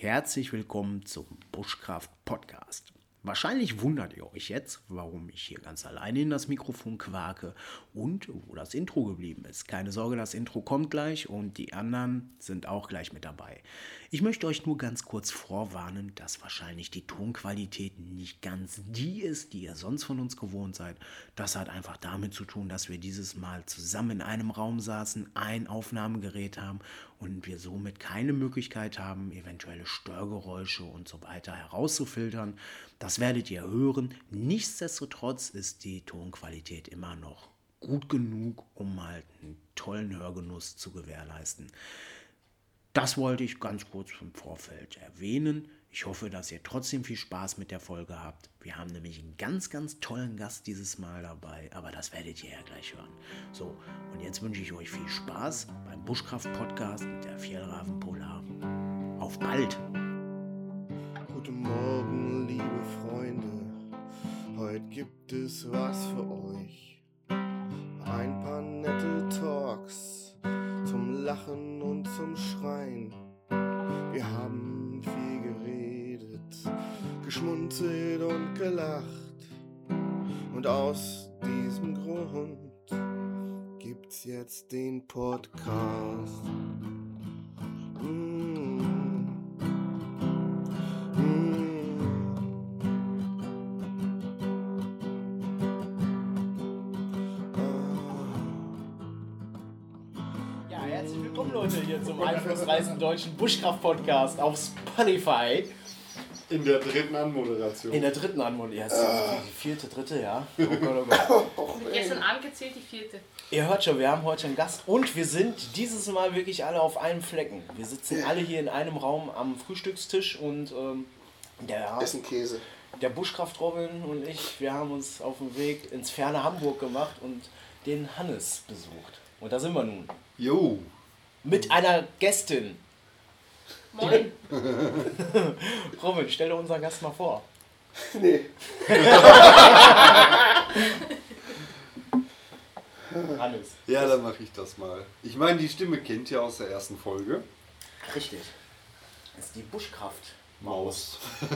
herzlich willkommen zum Buschkraft Podcast. Wahrscheinlich wundert ihr euch jetzt, warum ich hier ganz alleine in das Mikrofon quake und wo das Intro geblieben ist. Keine Sorge, das Intro kommt gleich und die anderen sind auch gleich mit dabei. Ich möchte euch nur ganz kurz vorwarnen, dass wahrscheinlich die Tonqualität nicht ganz die ist, die ihr sonst von uns gewohnt seid. Das hat einfach damit zu tun, dass wir dieses Mal zusammen in einem Raum saßen, ein Aufnahmegerät haben und wir somit keine Möglichkeit haben, eventuelle Störgeräusche und so weiter herauszufiltern. Das werdet ihr hören. Nichtsdestotrotz ist die Tonqualität immer noch gut genug, um halt einen tollen Hörgenuss zu gewährleisten. Das wollte ich ganz kurz im Vorfeld erwähnen. Ich hoffe, dass ihr trotzdem viel Spaß mit der Folge habt. Wir haben nämlich einen ganz, ganz tollen Gast dieses Mal dabei, aber das werdet ihr ja gleich hören. So, und jetzt wünsche ich euch viel Spaß beim Buschkraft-Podcast mit der Fjällraven Polar. Auf bald! Guten Morgen, liebe Freunde, heute gibt es was für euch. Ein paar nette Talks zum Lachen und zum Schreien. Wir haben viel geredet, geschmunzelt und gelacht. Und aus diesem Grund gibt's jetzt den Podcast. Herzlich willkommen, Leute, hier zum einflussreichen deutschen Buschkraft-Podcast auf Spotify. In der dritten Anmoderation. In der dritten Anmoderation. Die dritte, ja. Oh Gott, oh Gott. Gestern Abend gezählt die vierte. Ihr hört schon, wir haben heute einen Gast und wir sind dieses Mal wirklich alle auf einem Flecken. Wir sitzen alle hier in einem Raum am Frühstückstisch und Essen Käse. Der Buschkraft Robin und ich, wir haben uns auf dem Weg ins ferne Hamburg gemacht und den Hannes besucht. Und da sind wir nun. Jo. Mit einer Gästin. Moin. Robin, stell dir unseren Gast mal vor. Nee. Hannes. Ja, dann mache ich das mal. Ich meine, die Stimme kennt ihr aus der ersten Folge. Richtig. Das ist die Buschkraft. Maus.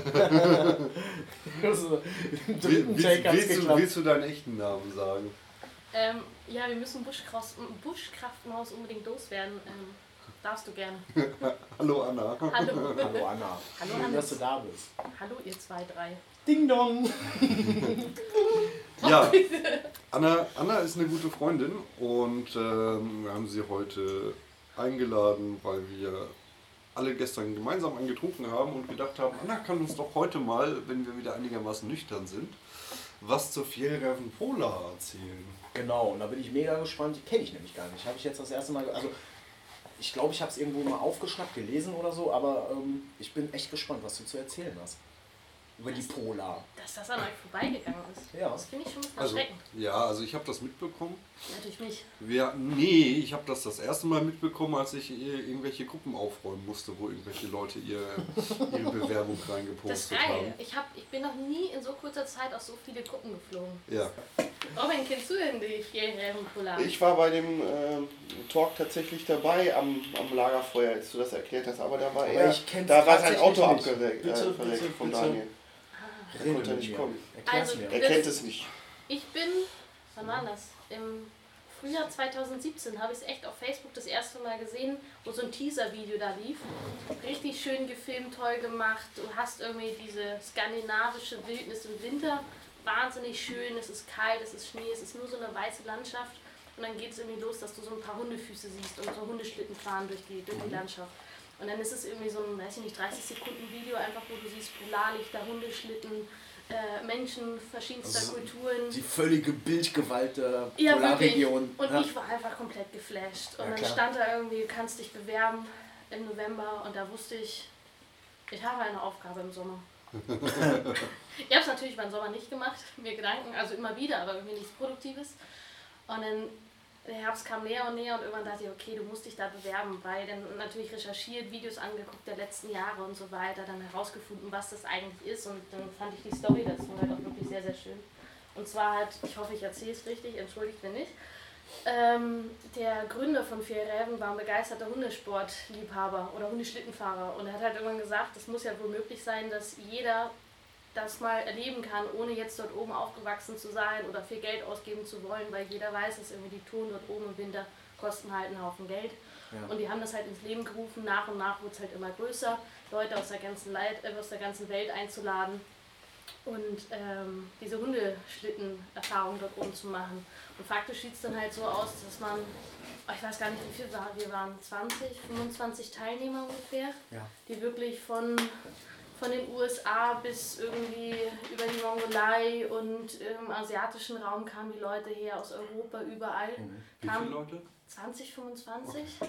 Willst du deinen echten Namen sagen? Ja, wir müssen Buschkraftmaus unbedingt loswerden. Darfst du gerne. Hallo Anna. Hallo. Hallo Anna. Hallo Schön, Hannes. dass du da bist. Hallo ihr 2, 3. Ding dong. Ja, Anna ist eine gute Freundin und wir haben sie heute eingeladen, weil wir alle gestern gemeinsam angetrunken haben und gedacht haben, Anna kann uns doch heute mal, wenn wir wieder einigermaßen nüchtern sind, was zur Fjällraven Polar erzählen. Genau, und da bin ich mega gespannt. Die kenne ich nämlich gar nicht. Habe ich jetzt das erste Mal, also ich glaube, ich habe es irgendwo mal aufgeschnappt, gelesen oder so, aber ich bin echt gespannt, was du zu erzählen hast. Über die Polar. Dass das an euch vorbeigegangen ist. Ja. Das finde ich schon ein bisschen Also, erschreckend. ja, ich habe das mitbekommen. Ja, durch mich. Ich habe das erste Mal mitbekommen, als ich irgendwelche Gruppen aufräumen musste, wo irgendwelche Leute ihre Bewerbung Das reingepostet ist geil. haben. Ich bin noch nie in so kurzer Zeit aus so viele Gruppen geflogen. Ja. Robin, kennst du denn die Fjällraven Polar? Ich war bei dem Talk tatsächlich dabei am Lagerfeuer, als du das erklärt hast, aber da war da war sein Auto abgereckt von Daniel. Er konnte nicht kommen. Erklär's Also, mir. Er kennt es nicht. Ich bin, wann war das? Im Frühjahr 2017 habe ich es echt auf Facebook das erste Mal gesehen, wo so ein Teaser-Video da lief. Richtig schön gefilmt, toll gemacht. Du hast irgendwie diese skandinavische Wildnis im Winter. Wahnsinnig schön, es ist kalt, es ist Schnee, es ist nur so eine weiße Landschaft. Und dann geht es irgendwie los, dass du so ein paar Hundefüße siehst und so Hundeschlitten fahren durch die Landschaft. Und dann ist es irgendwie so ein, weiß ich nicht, 30 Sekunden Video, einfach wo du siehst Polarlichter, Hundeschlitten, Menschen verschiedenster Kulturen. Die völlige Bildgewalt der Ja, Polarregion. wirklich. Und ich war einfach komplett geflasht. Und Ja, dann klar. stand da irgendwie, du kannst dich bewerben im November. Und da wusste ich, ich habe eine Aufgabe im Sommer. Ich habe es natürlich beim Sommer nicht gemacht, mir Gedanken, also immer wieder, aber irgendwie nichts Produktives. Und dann der Herbst kam näher und näher und irgendwann dachte ich, okay, du musst dich da bewerben, weil dann natürlich recherchiert, Videos angeguckt der letzten Jahre und so weiter, dann herausgefunden, was das eigentlich ist und dann fand ich die Story dazu halt auch wirklich sehr, sehr schön. Und zwar halt, ich hoffe, ich erzähle es richtig, entschuldigt wenn nicht, der Gründer von Vier Räven war ein begeisterter Hundesportliebhaber oder Hundeschlittenfahrer und er hat halt irgendwann gesagt, es muss ja wohl möglich sein, dass jeder das mal erleben kann, ohne jetzt dort oben aufgewachsen zu sein oder viel Geld ausgeben zu wollen, weil jeder weiß, dass irgendwie die Touren dort oben im Winter kosten halt einen Haufen Geld. Ja. Und die haben das halt ins Leben gerufen, nach und nach wurde es halt immer größer, Leute aus der ganzen Welt einzuladen und diese Hundeschlitten-Erfahrung dort oben zu machen. Und faktisch sieht es dann halt so aus, dass man, ich weiß gar nicht wie viel war, wir waren 20, 25 Teilnehmer ungefähr, die wirklich von den USA bis irgendwie über die Mongolei und im asiatischen Raum kamen die Leute her, aus Europa, überall. Wie viele Leute? 20, 25. Okay.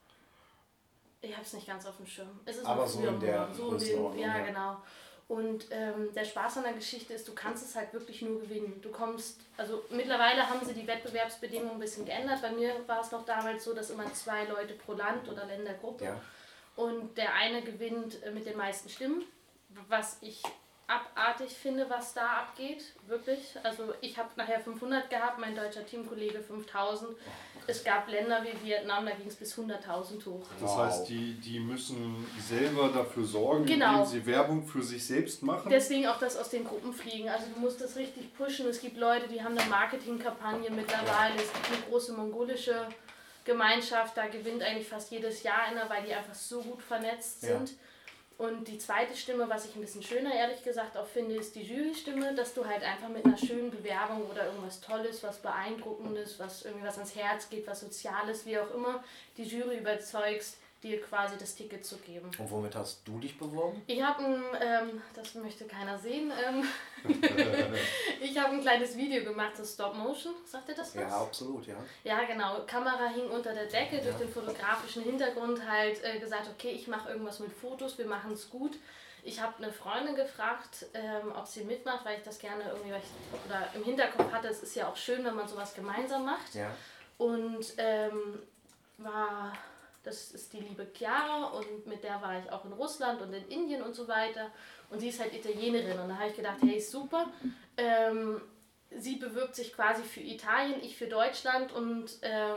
Ich habe es nicht ganz auf dem Schirm. Es ist aber so in der Größenordnung. Ja, genau. Und der Spaß an der Geschichte ist, du kannst es halt wirklich nur gewinnen. Du kommst, also mittlerweile haben sie die Wettbewerbsbedingungen ein bisschen geändert. Bei mir war es noch damals so, dass immer 2 Leute pro Land oder Ländergruppe und der eine gewinnt mit den meisten Stimmen, was ich abartig finde, was da abgeht, wirklich. Also ich habe nachher 500 gehabt, mein deutscher Teamkollege 5000. Es gab Länder wie Vietnam, da ging es bis 100.000 hoch. Das heißt, die müssen selber dafür sorgen, indem sie Werbung für sich selbst machen? Deswegen auch das aus den Gruppen fliegen. Also du musst das richtig pushen. Es gibt Leute, die haben eine Marketingkampagne mittlerweile. Es gibt eine große mongolische Gemeinschaft, da gewinnt eigentlich fast jedes Jahr einer, weil die einfach so gut vernetzt sind. Und die zweite Stimme, was ich ein bisschen schöner, ehrlich gesagt, auch finde, ist die Jurystimme, dass du halt einfach mit einer schönen Bewerbung oder irgendwas Tolles, was Beeindruckendes, was irgendwie was ans Herz geht, was Soziales, wie auch immer, die Jury überzeugst, dir quasi das Ticket zu geben. Und womit hast du dich beworben? Ich habe das möchte keiner sehen, ich habe ein kleines Video gemacht, das Stop Motion, sagt ihr das was? Ja, absolut, ja. Ja, genau. Kamera hing unter der Decke, durch den fotografischen Hintergrund halt gesagt, okay, ich mache irgendwas mit Fotos, wir machen es gut. Ich habe eine Freundin gefragt, ob sie mitmacht, weil ich das gerne irgendwie oder im Hinterkopf hatte, es ist ja auch schön, wenn man sowas gemeinsam macht. Ja. Und das ist die liebe Chiara und mit der war ich auch in Russland und in Indien und so weiter. Und sie ist halt Italienerin und da habe ich gedacht, hey, super. Sie bewirbt sich quasi für Italien, ich für Deutschland und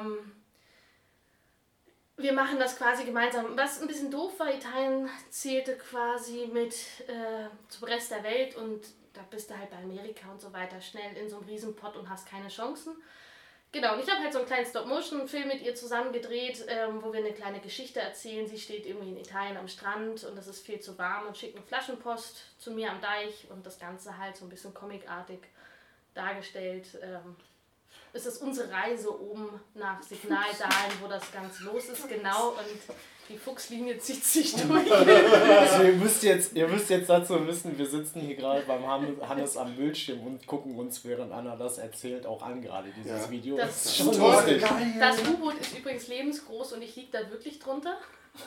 wir machen das quasi gemeinsam. Was ein bisschen doof war, Italien zählte quasi mit zum Rest der Welt und da bist du halt bei Amerika und so weiter schnell in so einem Riesenpott und hast keine Chancen. Genau, und ich habe halt so einen kleinen Stop-Motion-Film mit ihr zusammen gedreht, wo wir eine kleine Geschichte erzählen. Sie steht irgendwie in Italien am Strand und es ist viel zu warm und schickt eine Flaschenpost zu mir am Deich und das Ganze halt so ein bisschen comicartig dargestellt. Es ist unsere Reise oben nach Signaldalen, wo das ganz los ist, genau, und die Fuchslinie zieht sich durch. Also ihr müsst jetzt dazu wissen, wir sitzen hier gerade beim Hannes am Bildschirm und gucken uns, während Anna das erzählt, auch an gerade dieses Video. Das ist schon lustig. Das U-Boot ist übrigens lebensgroß und ich liege da wirklich drunter.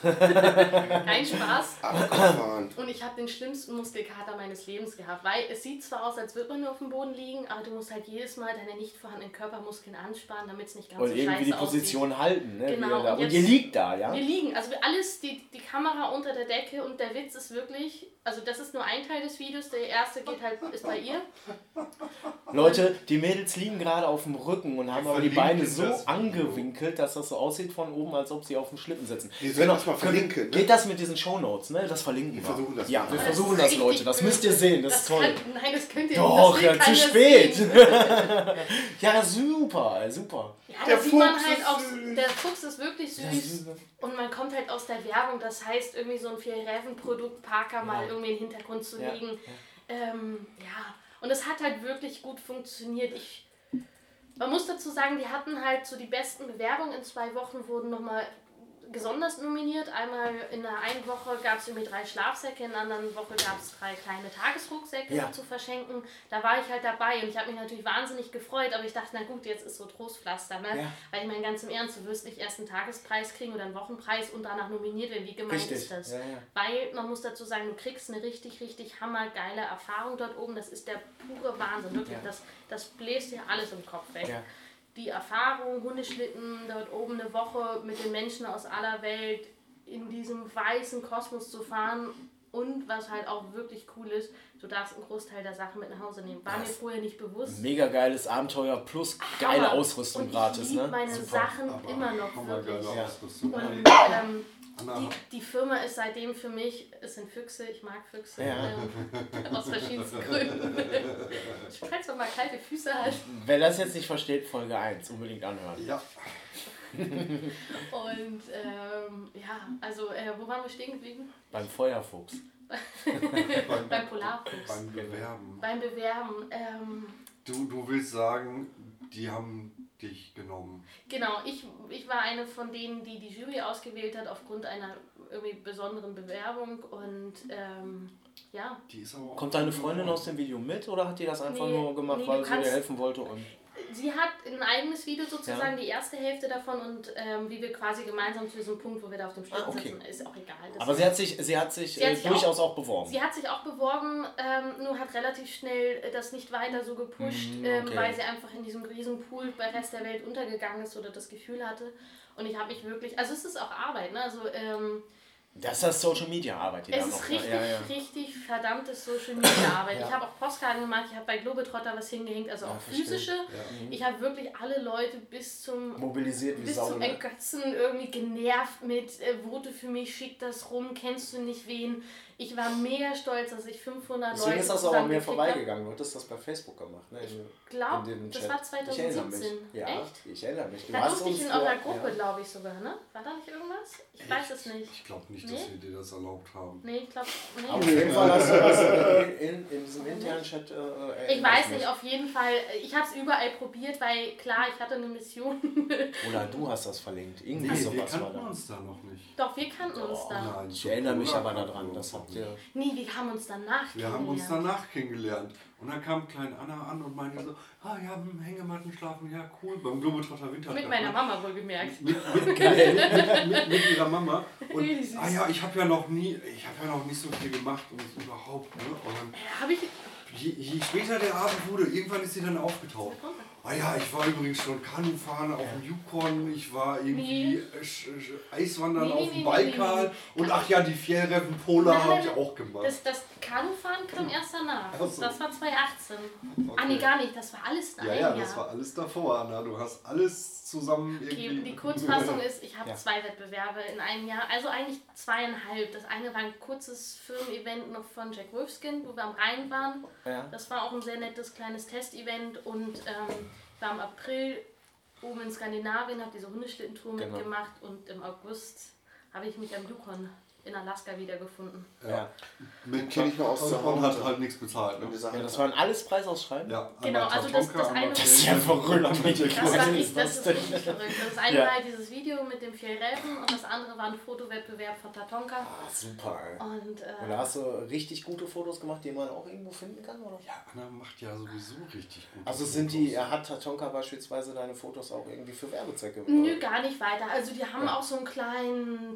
Kein Spaß. Und ich habe den schlimmsten Muskelkater meines Lebens gehabt, weil es sieht zwar aus, als würde man nur auf dem Boden liegen, aber du musst halt jedes Mal deine nicht vorhandenen Körpermuskeln anspannen, damit es nicht ganz so scheiße aussieht. Und irgendwie die Position halten, ne? Genau. Und ihr liegt da, ja? Wir liegen, also alles, die Kamera unter der Decke und der Witz ist wirklich, also das ist nur ein Teil des Videos, der erste ist bei ihr. Leute, die Mädels liegen gerade auf dem Rücken und haben aber die Beine so angewinkelt, dass das so aussieht von oben, als ob sie auf dem Schlitten sitzen. Mal verlinken, geht das mit diesen Shownotes, ne? Das verlinken wir. Versuchen das. Ja, wir versuchen das, Leute. Das müsst ihr sehen, das ist toll. Nein, das könnt ihr doch, nicht. Doch, ja, zu spät. Ja, super. Ja, da sieht man halt auch, der Fuchs ist wirklich süß und man kommt halt aus der Werbung, das heißt irgendwie so ein Vier-Räven-Produkt, Parker mal irgendwie in den Hintergrund zu legen. Und es hat halt wirklich gut funktioniert. Man muss dazu sagen, die hatten halt so die besten Bewerbungen. In 2 Wochen wurden nochmal besonders nominiert. Einmal in der einen Woche gab es irgendwie 3 Schlafsäcke, in der anderen Woche gab es 3 kleine Tagesrucksäcke zu verschenken. Da war ich halt dabei und ich habe mich natürlich wahnsinnig gefreut, aber ich dachte, na gut, jetzt ist so Trostpflaster, ne? Ja. Weil ich meine, ganz im Ernst, du wirst nicht erst einen Tagespreis kriegen oder einen Wochenpreis und danach nominiert werden. Wie gemeint ist das? Ja. Weil, man muss dazu sagen, du kriegst eine richtig, richtig hammergeile Erfahrung dort oben. Das ist der pure Wahnsinn, wirklich. Ja. Das bläst dir alles im Kopf weg. Ja. Die Erfahrung, Hundeschlitten, dort oben eine Woche mit den Menschen aus aller Welt in diesem weißen Kosmos zu fahren, Und was halt auch wirklich cool ist, du darfst einen Großteil der Sachen mit nach Hause nehmen. War mir vorher nicht bewusst. Mega geiles Abenteuer plus geile Ausrüstung gratis. Ich liebe meine Sachen immer noch wirklich. Ausrüstung. Und die Firma ist seitdem für mich, es sind Füchse, ich mag Füchse, aus verschiedensten Gründen. Falls man mal kalte Füße hat. Wer das jetzt nicht versteht, Folge 1, unbedingt anhören. Ja. Und also wo waren wir stehen geblieben? Beim Feuerfuchs. Beim Polarfuchs. Beim Bewerben. Beim Bewerben. Du willst sagen, die haben dich genommen. Genau, ich war eine von denen, die Jury ausgewählt hat aufgrund einer irgendwie besonderen Bewerbung und Die ist aber Kommt deine Freundin aus dem Video mit oder hat die das einfach nur gemacht, weil sie dir helfen wollte? Und sie hat ein eigenes Video sozusagen, die erste Hälfte davon und wie wir quasi gemeinsam zu diesem Punkt, wo wir da auf dem Stand sitzen, ist auch egal. Aber sie hat sich durchaus auch beworben. Sie hat sich auch beworben, nur hat relativ schnell das nicht weiter so gepusht, weil sie einfach in diesem Riesenpool bei Rest der Welt untergegangen ist oder das Gefühl hatte. Und ich habe mich wirklich, also es ist auch Arbeit, ne? Also das ist das Social Media Arbeit, die es da noch. Es ist richtig verdammtes Social Media Arbeit. Ich habe auch Postkarten gemacht, ich habe bei Globetrotter was hingehängt, also auch physische. Ich habe wirklich alle Leute bis zum mobilisiert wie bis Sau, zum Ergötzen irgendwie genervt mit Vote für mich, schick das rum, kennst du nicht wen. Ich war mega stolz, dass ich 500 Deswegen Leute ist das aber an mir vorbeigegangen. Du hattest das bei Facebook gemacht, ne? Ich glaube, das war 2017. Ja, echt? Ich erinnere mich. Da durfte ich in eurer Gruppe, glaube ich sogar, ne? War da nicht irgendwas? Ich weiß es nicht. Ich glaube nicht, dass wir dir das erlaubt haben. Nee, ich glaube nicht. Auf jeden Fall hast du das in diesem internen Chat ich weiß nicht, auf jeden Fall. Ich habe es überall probiert, weil klar, ich hatte eine Mission. Oder du hast das verlinkt. Irgendwie wir kannten uns da noch nicht. Doch, wir kannten uns da. Nein, ich erinnere mich aber daran, das habt ihr... Nee, wir haben uns danach kennengelernt. Wir haben uns danach kennengelernt. Und dann kam klein Anna an und meinte so, wir haben Hängematten schlafen, ja cool, beim Globetrotter Winter. Mit meiner Mama wohlgemerkt. Mit ihrer Mama. Und ich habe ja noch nicht so viel gemacht und überhaupt. Ne? Und dann, je später der Abend wurde, irgendwann ist sie dann aufgetaucht. Ich war übrigens schon Kanufahren auf dem Yukon, ich war irgendwie Eiswandern auf dem Baikal und die Fjellreven Polar habe ich auch gemacht. Das Kanufahren kam erst danach. So. Das war 2018. Okay. Nee, gar nicht, das war alles in einem Jahr. Das war alles davor, Anna. Du hast alles zusammen irgendwie... Okay, die Kurzfassung ist, ich habe 2 Wettbewerbe in einem Jahr, also eigentlich 2,5. Das eine war ein kurzes Firmen-Event noch von Jack Wolfskin, wo wir am Rhein waren. Ja. Das war auch ein sehr nettes kleines Testevent und ich war im April oben in Skandinavien, habe diese Hundeschlittentour mitgemacht und im August habe ich mich am Yukon in Alaska wiedergefunden. Ja. Kenne ich noch aus der Hand, hat halt nichts bezahlt. Ne? Das waren alles Preisausschreiben? Ja. Genau, also das eine... Das ist ja verrückt. Das ist richtig verrückt. Das eine war halt dieses Video mit dem Fjellreven und das andere war ein Fotowettbewerb von Tatonka. Super, ey. Und da hast du richtig gute Fotos gemacht, die man auch irgendwo finden kann, oder? Ja, Anna macht ja sowieso richtig gute Also hat Tatonka beispielsweise deine Fotos auch irgendwie für Werbezwecke? Nö, gar nicht weiter. Also die haben auch so einen kleinen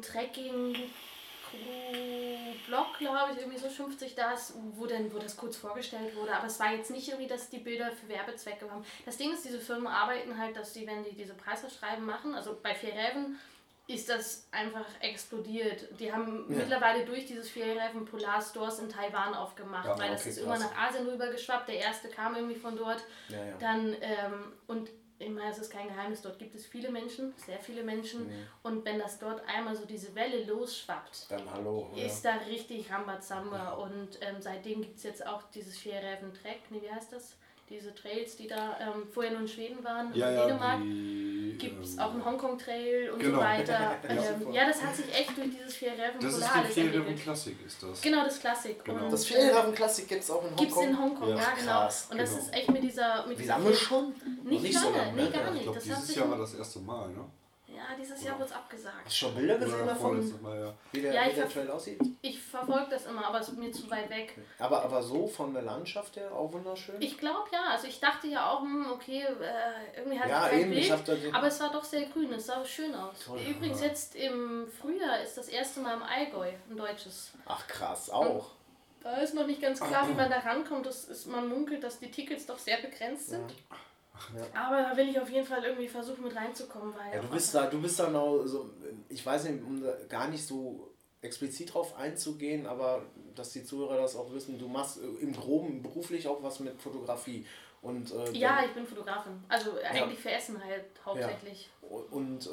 Blog, glaube ich, irgendwie so 50 wo das kurz vorgestellt wurde, aber es war jetzt nicht irgendwie, dass die Bilder für Werbezwecke waren. Das Ding ist, diese Firmen arbeiten halt, dass wenn die diese Preisausschreiben machen, also bei Fjellreven ist das einfach explodiert. Die haben mittlerweile durch dieses Fjellreven Polar Stores in Taiwan aufgemacht, weil das ist immer nach Asien rübergeschwappt, der erste kam irgendwie von dort, dann und ich meine, es ist kein Geheimnis, dort gibt es viele Menschen, sehr viele Menschen und wenn das dort einmal so diese Welle losschwappt, dann ist da richtig Rambazamba und seitdem gibt es jetzt auch dieses Fjellreven Trek, wie heißt das? Diese Trails, die da vorher nur in Schweden waren, in Dänemark, gibt es auch einen Hongkong-Trail und so weiter. Das hat sich echt durch dieses Fjellreven Polar entwickelt. Das ist der Fjellreven Classic, ist das? Genau, das Classic. Genau. Das Fjellreven Classic gibt es auch in Hongkong? Gibt es in Hongkong, ja genau. Krass, und das ist echt mit dieser... Wie lange schon? Nicht lange, gar nicht. Ich glaube, dieses Jahr war das erste Mal, ne? Ja, dieses Jahr wird es abgesagt. Hast du schon Bilder gesehen davon? Wie der Trail aussieht? Ich verfolge das immer, aber es ist mir zu weit weg. Aber so von der Landschaft her auch wunderschön? Ich glaube ja. Also ich dachte ja auch, irgendwie hat es kein Bild. Aber es war doch sehr grün, es sah schön aus. Toll, übrigens jetzt im Frühjahr ist das erste Mal im Allgäu ein deutsches. Ach krass, auch. Und da ist noch nicht ganz klar, wie man da rankommt. Man munkelt, dass die Tickets doch sehr begrenzt sind. Ja. Aber da will ich auf jeden Fall irgendwie versuchen mit reinzukommen. Weil du bist da noch so, ich weiß nicht, gar nicht so explizit drauf einzugehen, aber dass die Zuhörer das auch wissen, du machst im Groben beruflich auch was mit Fotografie. Und, ja, ich bin Fotografin. Also eigentlich für Essen halt hauptsächlich. Ja. Und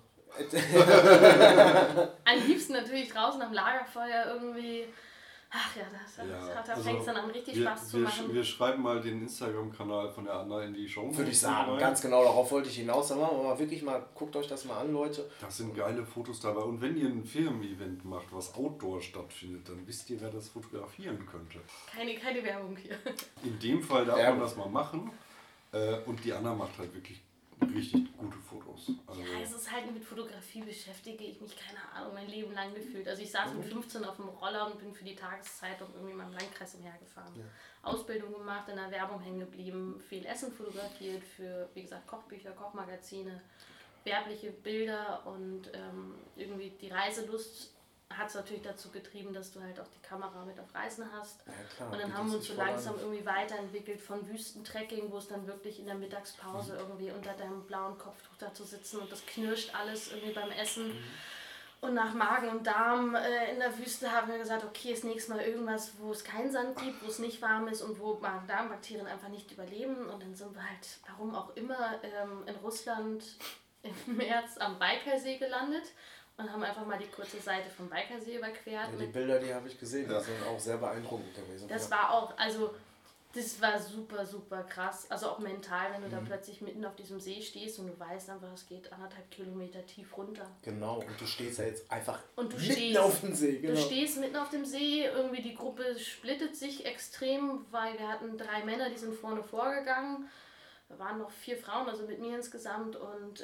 am liebsten natürlich draußen am Lagerfeuer irgendwie. Ach ja, da fängt es dann an, richtig Spaß zu machen. Wir schreiben mal den Instagram-Kanal von der Anna in die Show. Würde ich sagen, ganz genau, darauf wollte ich hinaus. Da machen wir mal wirklich mal, guckt euch das mal an, Leute. Das sind geile Fotos dabei. Und wenn ihr ein Firmen-Event macht, was Outdoor stattfindet, dann wisst ihr, wer das fotografieren könnte. Keine Werbung hier. In dem Fall darf man das mal machen. Und die Anna macht halt wirklich richtig gute Fotos. Also ja, es ist halt mit Fotografie beschäftige ich mich, keine Ahnung, mein Leben lang gefühlt. Also ich saß mit 15 auf dem Roller und bin für die Tageszeitung irgendwie in meinem Landkreis umhergefahren. Ja. Ausbildung gemacht, in der Werbung hängen geblieben, viel Essen fotografiert für, wie gesagt, Kochbücher, Kochmagazine, werbliche Bilder und irgendwie die Reiselust hat es natürlich dazu getrieben, dass du halt auch die Kamera mit auf Reisen hast. Ja, klar, und dann haben wir uns so langsam irgendwie weiterentwickelt von Wüstentrekking, wo es dann wirklich in der Mittagspause irgendwie unter deinem blauen Kopftuch da zu sitzen und das knirscht alles irgendwie beim Essen. Und nach Magen und Darm in der Wüste haben wir gesagt, okay, das nächste Mal irgendwas, wo es keinen Sand gibt, wo es nicht warm ist und wo Magen-Darm-Bakterien einfach nicht überleben. Und dann sind wir halt, warum auch immer, in Russland im März am Baikalsee gelandet. Und haben einfach mal die kurze Seite vom Baikalsee überquert. Ja, die Bilder, die habe ich gesehen, die sind auch sehr beeindruckend gewesen. Das war auch, also das war super, super krass. Also auch mental, wenn du da plötzlich mitten auf diesem See stehst und du weißt einfach, es geht 1,5 Kilometer tief runter. Genau, und du stehst ja jetzt einfach mitten auf dem See. Genau. Du stehst mitten auf dem See, irgendwie die Gruppe splittet sich extrem, weil wir hatten 3 Männer, die sind vorne vorgegangen. Da waren noch 4 Frauen, also mit mir insgesamt und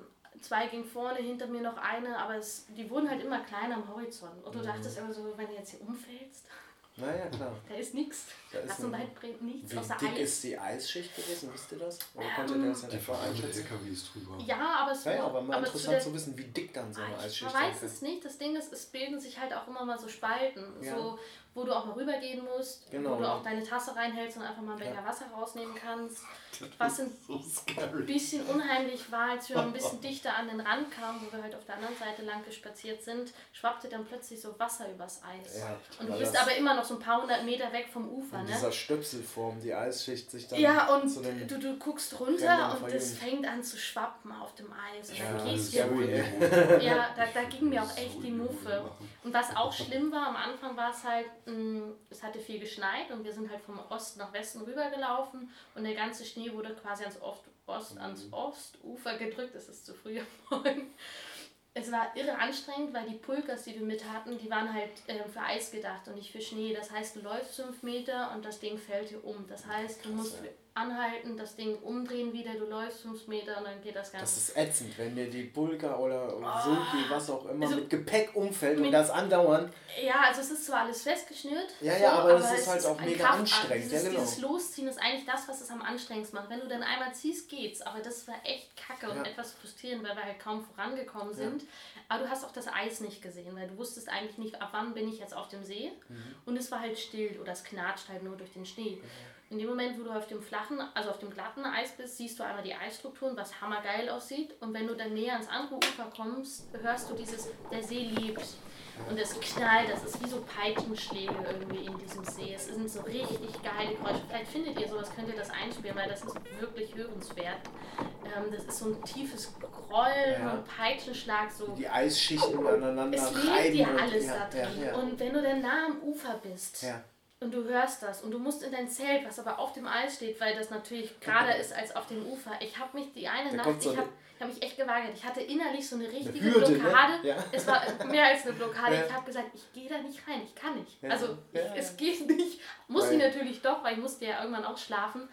2 ging vorne, hinter mir noch eine, aber die wurden halt immer kleiner am Horizont. Und du dachtest immer so, wenn du jetzt hier umfällst, naja, klar. Da ist nichts. Da so weit brennt nichts außer Eis. Wie dick ist die Eisschicht gewesen, wisst ihr das? Oder konntet ihr das etwa einschätzen? LKWs drüber. Ja, aber es war aber mal interessant zu wissen, wie dick dann so eine Eisschicht ist. Man weiß es nicht. Das Ding ist, es bilden sich halt auch immer mal so Spalten, so, wo du auch mal rübergehen musst, wo du auch deine Tasse reinhältst und einfach mal einen Becher Wasser rausnehmen kannst. Was ein bisschen unheimlich war, als wir ein bisschen dichter an den Rand kamen, wo wir halt auf der anderen Seite lang gespaziert sind, schwappte dann plötzlich so Wasser übers Eis. Ja, und du bist aber immer noch so ein paar 100 Meter weg vom Ufer. In dieser Stöpselform, die Eisschicht sich dann... Ja, und du guckst runter und es fängt an zu schwappen auf dem Eis. Und dann gehst du ja, da ging mir auch echt die Muffe. Und was auch schlimm war, am Anfang war es halt, es hatte viel geschneit und wir sind halt vom Osten nach Westen rübergelaufen und der ganze Schnee wurde quasi ans Ostufer gedrückt. Es ist zu früh am Morgen. Es war irre anstrengend, weil die Pulkers, die wir mit hatten, die waren halt für Eis gedacht und nicht für Schnee. Das heißt, du läufst 5 Meter und das Ding fällt dir um. Das heißt, du musst anhalten, das Ding umdrehen wieder, du läufst 5 Meter und dann geht das Ganze. Das ist ätzend, wenn dir die Pulka oder Sulki, was auch immer, also mit Gepäck umfällt und das andauernd. Ja, also es ist zwar alles festgeschnürt. Ja, aber es ist halt auch mega anstrengend. Dieses Losziehen ist eigentlich das, was es am anstrengendsten macht. Wenn du dann einmal ziehst, geht's. Aber das war echt kacke und etwas frustrierend, weil wir halt kaum vorangekommen sind. Aber du hast auch das Eis nicht gesehen, weil du wusstest eigentlich nicht, ab wann bin ich jetzt auf dem See. Und es war halt still oder es knatscht halt nur durch den Schnee. In dem Moment, wo du auf dem flachen, also auf dem glatten Eis bist, siehst du einmal die Eisstrukturen, was hammergeil aussieht. Und wenn du dann näher ans andere Ufer kommst, hörst du der See lebt. Und es knallt, das ist wie so Peitschenschläge irgendwie in diesem See. Es sind so richtig geile Geräusche. Vielleicht findet ihr sowas, könnt ihr das einspielen, weil das ist wirklich hörenswert. Das ist so ein tiefes Grollen und Peitschenschlag. So. Die Eisschichten aneinander reiben. Es lebt dir alles da drin. Ja. Und wenn du dann nah am Ufer bist... Ja. Und du hörst das und du musst in dein Zelt, was aber auf dem Eis steht, weil das natürlich gerader ist als auf dem Ufer. Ich habe mich die eine Nacht, ich habe mich echt geweigert. Ich hatte innerlich so eine richtige Blockade. Ne? Ja. Es war mehr als eine Blockade. Ja. Ich habe gesagt, ich gehe da nicht rein, ich kann nicht. Ja. Also es geht nicht. Muss ich natürlich doch, weil ich musste ja irgendwann auch schlafen.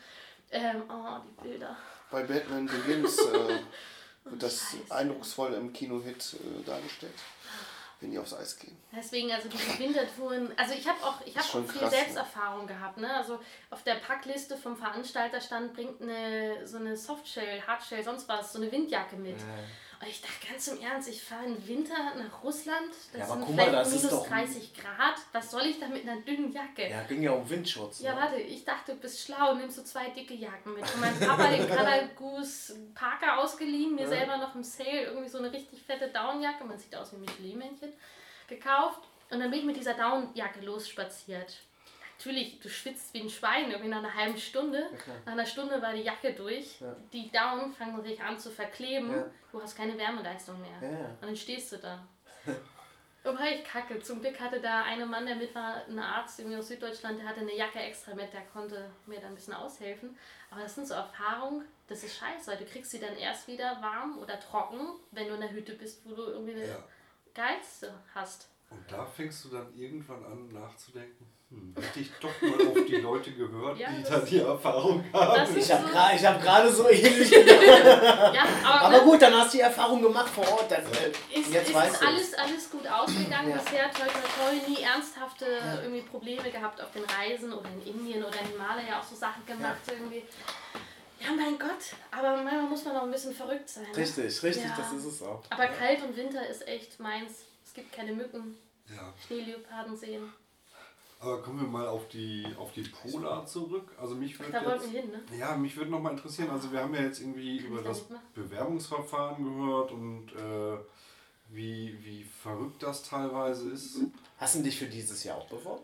Die Bilder. Bei Batman Begins wird das eindrucksvoll im Kino-Hit dargestellt. Wenn die aufs Eis gehen. Deswegen, also diese Wintertouren, also ich habe auch viel Selbsterfahrung gehabt. Ne? Also auf der Packliste vom Veranstalter stand, bringt so eine Softshell, Hardshell, sonst was, so eine Windjacke mit. Und ich dachte ganz im Ernst, ich fahre im Winter nach Russland, das sind vielleicht minus 30 Grad, was soll ich da mit einer dünnen Jacke? Ja, ging ja um Windschutz. Ja, warte, ich dachte, du bist schlau, nimmst so 2 dicke Jacken mit. Und mein Papa den Color Goose Parker ausgeliehen, mir selber noch im Sale irgendwie so eine richtig fette Downjacke, man sieht aus wie ein Michelin-Männchen. gekauft und dann bin ich mit dieser Downjacke losspaziert. Natürlich, du schwitzt wie ein Schwein, irgendwie nach einer halben Stunde. Ja, nach einer Stunde war die Jacke durch. Ja. Die Down fangen sich an zu verkleben. Ja. Du hast keine Wärmeleistung mehr. Ja. Und dann stehst du da. Und war ich kacke. Zum Glück hatte da ein Mann, der mit war, ein Arzt irgendwie aus Süddeutschland, der hatte eine Jacke extra mit, der konnte mir da ein bisschen aushelfen. Aber das sind so Erfahrungen, das ist scheiße, weil du kriegst sie dann erst wieder warm oder trocken, wenn du in der Hütte bist, wo du irgendwie eine Geilste hast. Und da fängst du dann irgendwann an nachzudenken, hätte ich doch mal auf die Leute gehört, die da die Erfahrung haben. Ich hab gerade so ähnlich gedacht. Ja, aber gut, dann hast du die Erfahrung gemacht vor Ort. Jetzt ist alles gut ausgegangen bisher. Toll, nie ernsthafte irgendwie Probleme gehabt auf den Reisen oder in Indien oder in Himalaya auch so Sachen gemacht irgendwie. Ja, mein Gott, aber manchmal muss man auch ein bisschen verrückt sein. Ne? Richtig, das ist es auch. Aber kalt und Winter ist echt meins. Es gibt keine Mücken, Schneeleoparden sehen. Aber kommen wir mal auf die Polar zurück. Also mich würde hin, ne? Ja, mich würde nochmal interessieren, also wir haben ja jetzt irgendwie über das Bewerbungsverfahren gehört und wie verrückt das teilweise ist. Hast du dich für dieses Jahr auch beworben?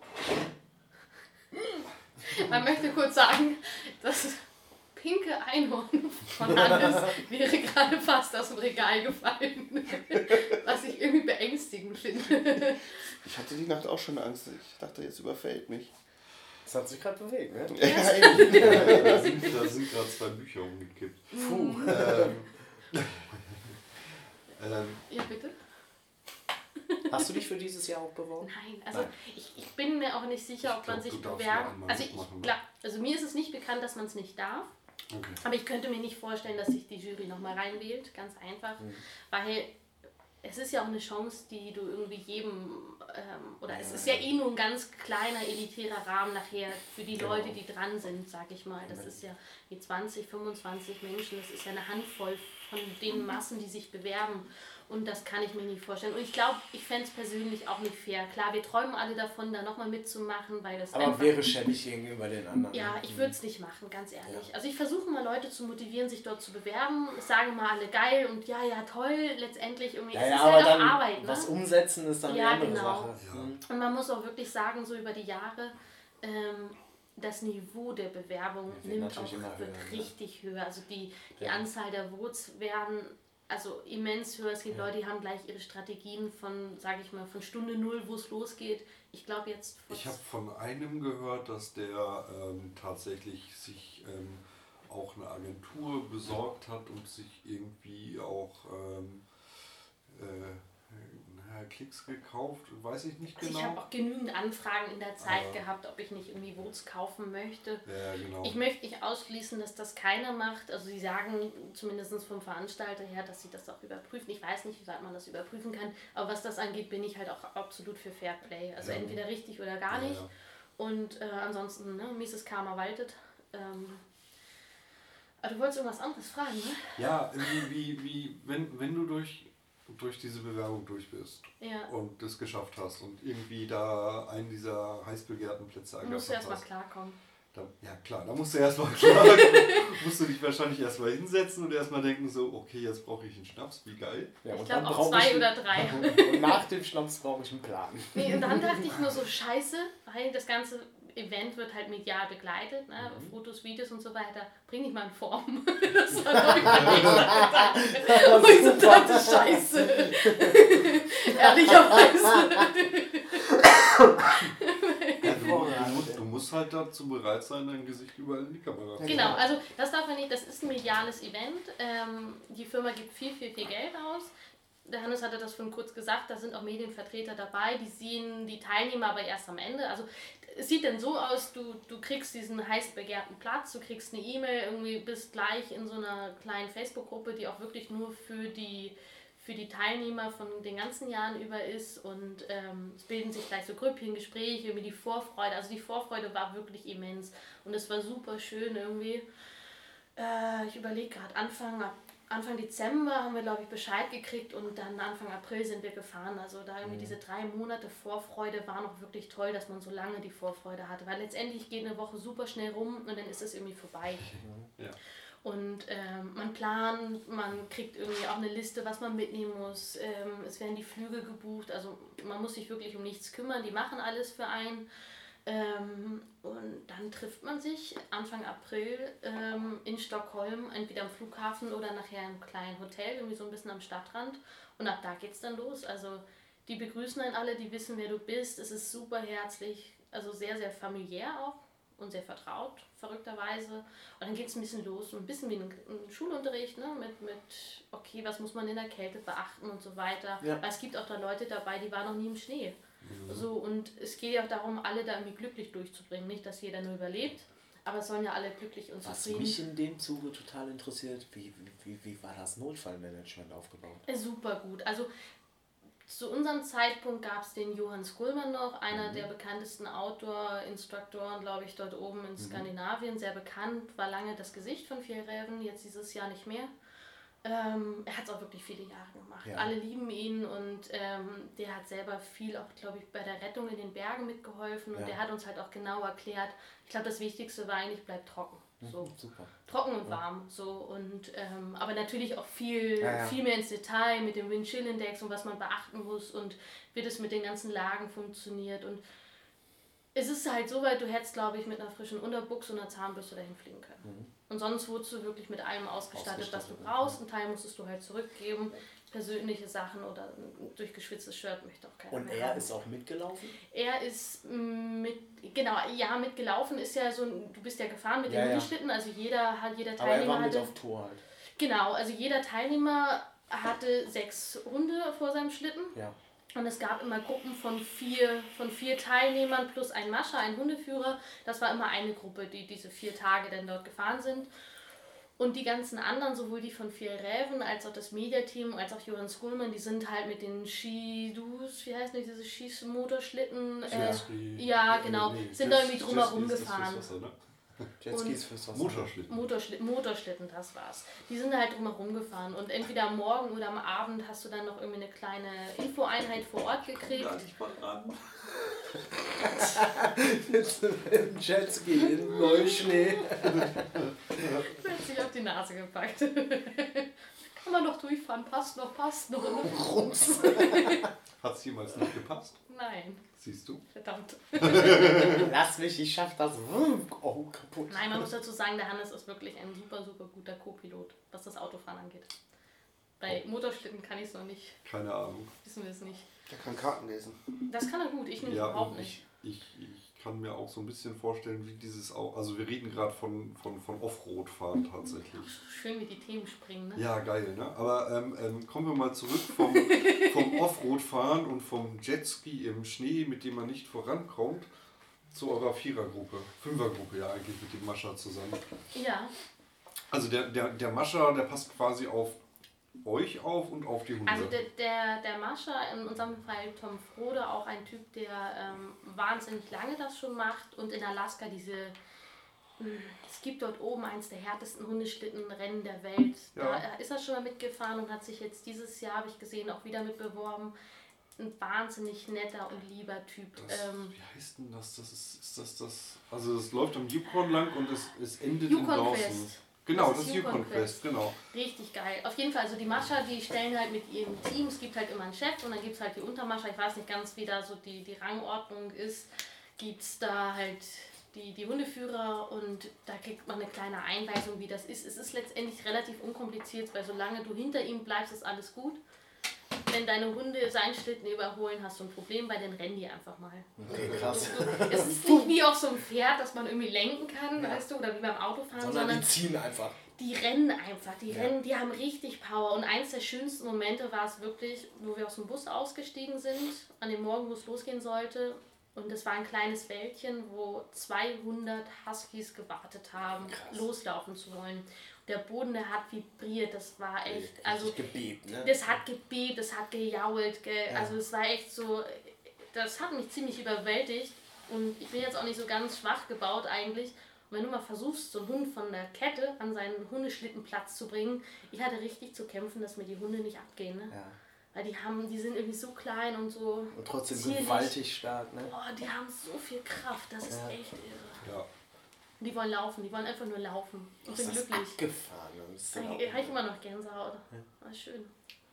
Man möchte kurz sagen, dass pinke Einhorn von Hannes wäre gerade fast aus dem Regal gefallen. Was ich irgendwie beängstigend finde. Ich hatte die Nacht auch schon Angst. Ich dachte, jetzt überfällt mich. Das hat sich gerade bewegt, ne? Da sind gerade 2 Bücher umgekippt. Puh. Ja, bitte? Hast du dich für dieses Jahr auch beworben? Nein, also ich bin mir auch nicht sicher, ob man sich bewerben. Also mir ist es nicht bekannt, dass man es nicht darf. Okay. Aber ich könnte mir nicht vorstellen, dass sich die Jury nochmal reinwählt, ganz einfach, weil es ist ja auch eine Chance, die du irgendwie jedem, es ist ja eh nur ein ganz kleiner, elitärer Rahmen nachher für die Leute, die dran sind, sag ich mal. Das ist ja wie 20, 25 Menschen, das ist ja eine Handvoll von den Massen, die sich bewerben. Und das kann ich mir nicht vorstellen. Und ich glaube, ich fände es persönlich auch nicht fair. Klar, wir träumen alle davon, da nochmal mitzumachen, weil das aber wäre schäbig gegenüber den anderen. Ja, ich würde es nicht machen, ganz ehrlich. Ja. Also ich versuche mal Leute zu motivieren, sich dort zu bewerben. Ich sage mal alle geil und ja, toll, letztendlich irgendwie. Es ist halt auch Arbeit. Ne? Was umsetzen ist dann eine andere Sache. Ja. Und man muss auch wirklich sagen, so über die Jahre, das Niveau der Bewerbung wird richtig höher. Also die Anzahl der Votes werden immens höher. Es gibt Leute, die haben gleich ihre Strategien von, sage ich mal, von Stunde 0, wo es losgeht. Ich glaube jetzt... Ich habe von einem gehört, dass der tatsächlich sich auch eine Agentur besorgt hat und sich irgendwie auch Klicks gekauft, weiß ich nicht genau. Ich habe auch genügend Anfragen in der Zeit gehabt, ob ich nicht irgendwie Votes kaufen möchte. Ja, genau. Ich möchte nicht ausschließen, dass das keiner macht. Also sie sagen zumindest vom Veranstalter her, dass sie das auch überprüfen. Ich weiß nicht, wie weit man das überprüfen kann, aber was das angeht, bin ich halt auch absolut für Fair Play. Also entweder richtig oder gar nicht. Ja. Und ansonsten, mieses Karma waltet. Aber du wolltest irgendwas anderes fragen, ne? Ja, wie wenn du durch diese Bewerbung durch bist und das geschafft hast und irgendwie da einen dieser heiß begehrten Plätze ergattert hast. Musst du erstmal klarkommen. Da musst du erstmal klarkommen. Musst du dich wahrscheinlich erstmal hinsetzen und erstmal denken so, okay, jetzt brauche ich einen Schnaps, wie geil. Ja, ich glaube auch 2 oder 3. Und nach dem Schnaps brauche ich einen Plan. Nee, und dann dachte ich nur so, scheiße, weil das ganze Event wird halt medial begleitet, ne? Fotos, Videos und so weiter. Bring dich mal in Form. Das war doch ich so dachte, scheiße. Ehrlicherweise. Du musst halt dazu bereit sein, dein Gesicht überall in die Kamera zu Genau, also das darf man nicht, das ist ein mediales Event. Die Firma gibt viel Geld aus. Der Hannes hatte das schon kurz gesagt, da sind auch Medienvertreter dabei, die sehen die Teilnehmer aber erst am Ende. Also es sieht dann so aus, du kriegst diesen heiß begehrten Platz, du kriegst eine E-Mail, irgendwie bist gleich in so einer kleinen Facebook-Gruppe, die auch wirklich nur für die Teilnehmer von den ganzen Jahren über ist und es bilden sich gleich so Grüppchen, Gespräche, irgendwie die Vorfreude. Also die Vorfreude war wirklich immens und es war super schön irgendwie. Ich überlege gerade, Anfang Dezember haben wir, glaube ich, Bescheid gekriegt und dann Anfang April sind wir gefahren. Also da irgendwie diese 3 Monate Vorfreude war noch wirklich toll, dass man so lange die Vorfreude hatte. Weil letztendlich geht eine Woche super schnell rum und dann ist es irgendwie vorbei. Ja. Und man plant, man kriegt irgendwie auch eine Liste, was man mitnehmen muss. Es werden die Flüge gebucht, also man muss sich wirklich um nichts kümmern, die machen alles für einen. Und dann trifft man sich Anfang April in Stockholm, entweder am Flughafen oder nachher im kleinen Hotel, irgendwie so ein bisschen am Stadtrand. Und ab da geht's dann los. Also die begrüßen einen alle, die wissen, wer du bist. Es ist super herzlich, also sehr, sehr familiär auch und sehr vertraut, verrückterweise. Und dann geht es ein bisschen los, so ein bisschen wie ein Schulunterricht, ne? mit okay, was muss man in der Kälte beachten und so weiter. Ja. Weil es gibt auch da Leute dabei, die waren noch nie im Schnee. So, und es geht ja auch darum, alle da irgendwie glücklich durchzubringen. Nicht, dass jeder nur überlebt, aber es sollen ja alle glücklich und zufrieden. Was mich in dem Zuge total interessiert, wie war das Notfallmanagement aufgebaut? Super gut. Also zu unserem Zeitpunkt gab es den Johann Skulman noch, einer der bekanntesten Outdoor-Instruktoren, glaube ich, dort oben in Skandinavien. Sehr bekannt, war lange das Gesicht von Fjällräven, jetzt dieses Jahr nicht mehr. Er hat es auch wirklich viele Jahre gemacht. Ja. Alle lieben ihn und der hat selber viel auch, glaube ich, bei der Rettung in den Bergen mitgeholfen und der hat uns halt auch genau erklärt, ich glaube, das Wichtigste war eigentlich, bleib trocken. So. Super. Trocken und warm. So. Und, aber natürlich auch viel mehr ins Detail mit dem Wind-Chill-Index und was man beachten muss und wie das mit den ganzen Lagen funktioniert. Und es ist halt so weit, du hättest, glaube ich, mit einer frischen Unterbuchs und einer Zahnbürste dahin fliegen können. Und sonst wurdest du wirklich mit allem ausgestattet, was du brauchst. Einen Teil musstest du halt zurückgeben. Persönliche Sachen oder durch geschwitztes Shirt möchte auch keiner. Und er haben. Ist auch mitgelaufen? Er ist mitgelaufen ist ja so, du bist ja gefahren mit den Hundeschlitten, also jeder Teilnehmer aber er war mit auf Tour halt. Genau, also jeder Teilnehmer hatte 6 Hunde vor seinem Schlitten. Ja. Und es gab immer Gruppen von vier Teilnehmern plus ein Mascher, ein Hundeführer. Das war immer eine Gruppe, die diese 4 Tage dann dort gefahren sind. Und die ganzen anderen, sowohl die von Fjällräven als auch das Mediateam, als auch Johann Skulman, die sind halt mit den Skidus, wie heißt das, diese Skimotorschlitten? Ja, genau, sind da irgendwie drumherum gefahren. Jetskis fürs Wasser. Motorschlitten, das war's. Die sind halt drumherum gefahren und entweder am Morgen oder am Abend hast du dann noch irgendwie eine kleine Infoeinheit vor Ort gekriegt. Gar nicht mal ran. Jetzt im Jetski in Neuschnee. Plötzlich auf die Nase gepackt. Kann man doch durchfahren, passt noch. Rums. Hat es jemals nicht gepasst? Nein. Siehst du? Verdammt. Lass mich, ich schaff das. Oh, kaputt. Nein, man muss dazu sagen, der Hannes ist wirklich ein super, super guter Co-Pilot, was das Autofahren angeht. Bei Motorschlitten kann ich es noch nicht. Keine Ahnung. Wissen wir es nicht. Der kann Karten lesen. Das kann er gut, ich nicht, überhaupt nicht. Ich kann mir auch so ein bisschen vorstellen, wie dieses auch, also wir reden gerade von Offroad-Fahren tatsächlich. Schön, wie die Themen springen, ne? Ja, geil, ne? Aber kommen wir mal zurück vom Offroad-Fahren und vom Jetski im Schnee, mit dem man nicht vorankommt, zu eurer Fünfergruppe ja eigentlich mit dem Mascher zusammen. Ja. Also der Mascher, der passt quasi auf euch auf und auf die Hunde. Also der Mascher, in unserem Fall Tom Frode, auch ein Typ, der wahnsinnig lange das schon macht und in Alaska es gibt dort oben eins der härtesten Hundeschlittenrennen der Welt. Ja. Da ist er schon mal mitgefahren und hat sich jetzt dieses Jahr, habe ich gesehen, auch wieder mitbeworben. Ein wahnsinnig netter und lieber Typ. Wie heißt denn das? Also es läuft am Yukon lang und es endet in Dawson. Genau, das ist Yukon Quest, genau. Richtig geil. Auf jeden Fall, also die Mascher, die stellen halt mit ihrem Team, es gibt halt immer einen Chef und dann gibt es halt die Untermascher, ich weiß nicht ganz, wie da so die Rangordnung ist, gibt es da halt die Hundeführer und da kriegt man eine kleine Einweisung, wie das ist. Es ist letztendlich relativ unkompliziert, weil solange du hinter ihm bleibst, ist alles gut. Wenn deine Hunde seinen Schlitten überholen, hast du ein Problem, weil dann rennen die einfach mal. Okay, krass. Es ist nicht wie auf so einem Pferd, dass man irgendwie lenken kann, weißt du, oder wie beim Autofahren, sondern die ziehen einfach. Die rennen einfach, die haben richtig Power. Und eins der schönsten Momente war es wirklich, wo wir aus dem Bus ausgestiegen sind, an dem Morgen, wo es losgehen sollte. Und es war ein kleines Wäldchen, wo 200 Huskies gewartet haben, loslaufen zu wollen. Der Boden, der hat vibriert, das war echt, also gebebt, ne? Das hat gebebt, das hat gejault, also es war echt so, das hat mich ziemlich überwältigt und ich bin jetzt auch nicht so ganz schwach gebaut eigentlich. Und wenn du mal versuchst, so einen Hund von der Kette an seinen Hundeschlittenplatz zu bringen, ich hatte richtig zu kämpfen, dass mir die Hunde nicht abgehen, ne? Ja. Weil die sind irgendwie so klein und so. Und trotzdem gewaltig stark, ne? Oh, die haben so viel Kraft, das ist echt irre. Ja. Und die wollen laufen, die wollen einfach nur laufen und sind glücklich. Abgefahren. Da habe ich immer noch Gänsehaut. Ja. War schön.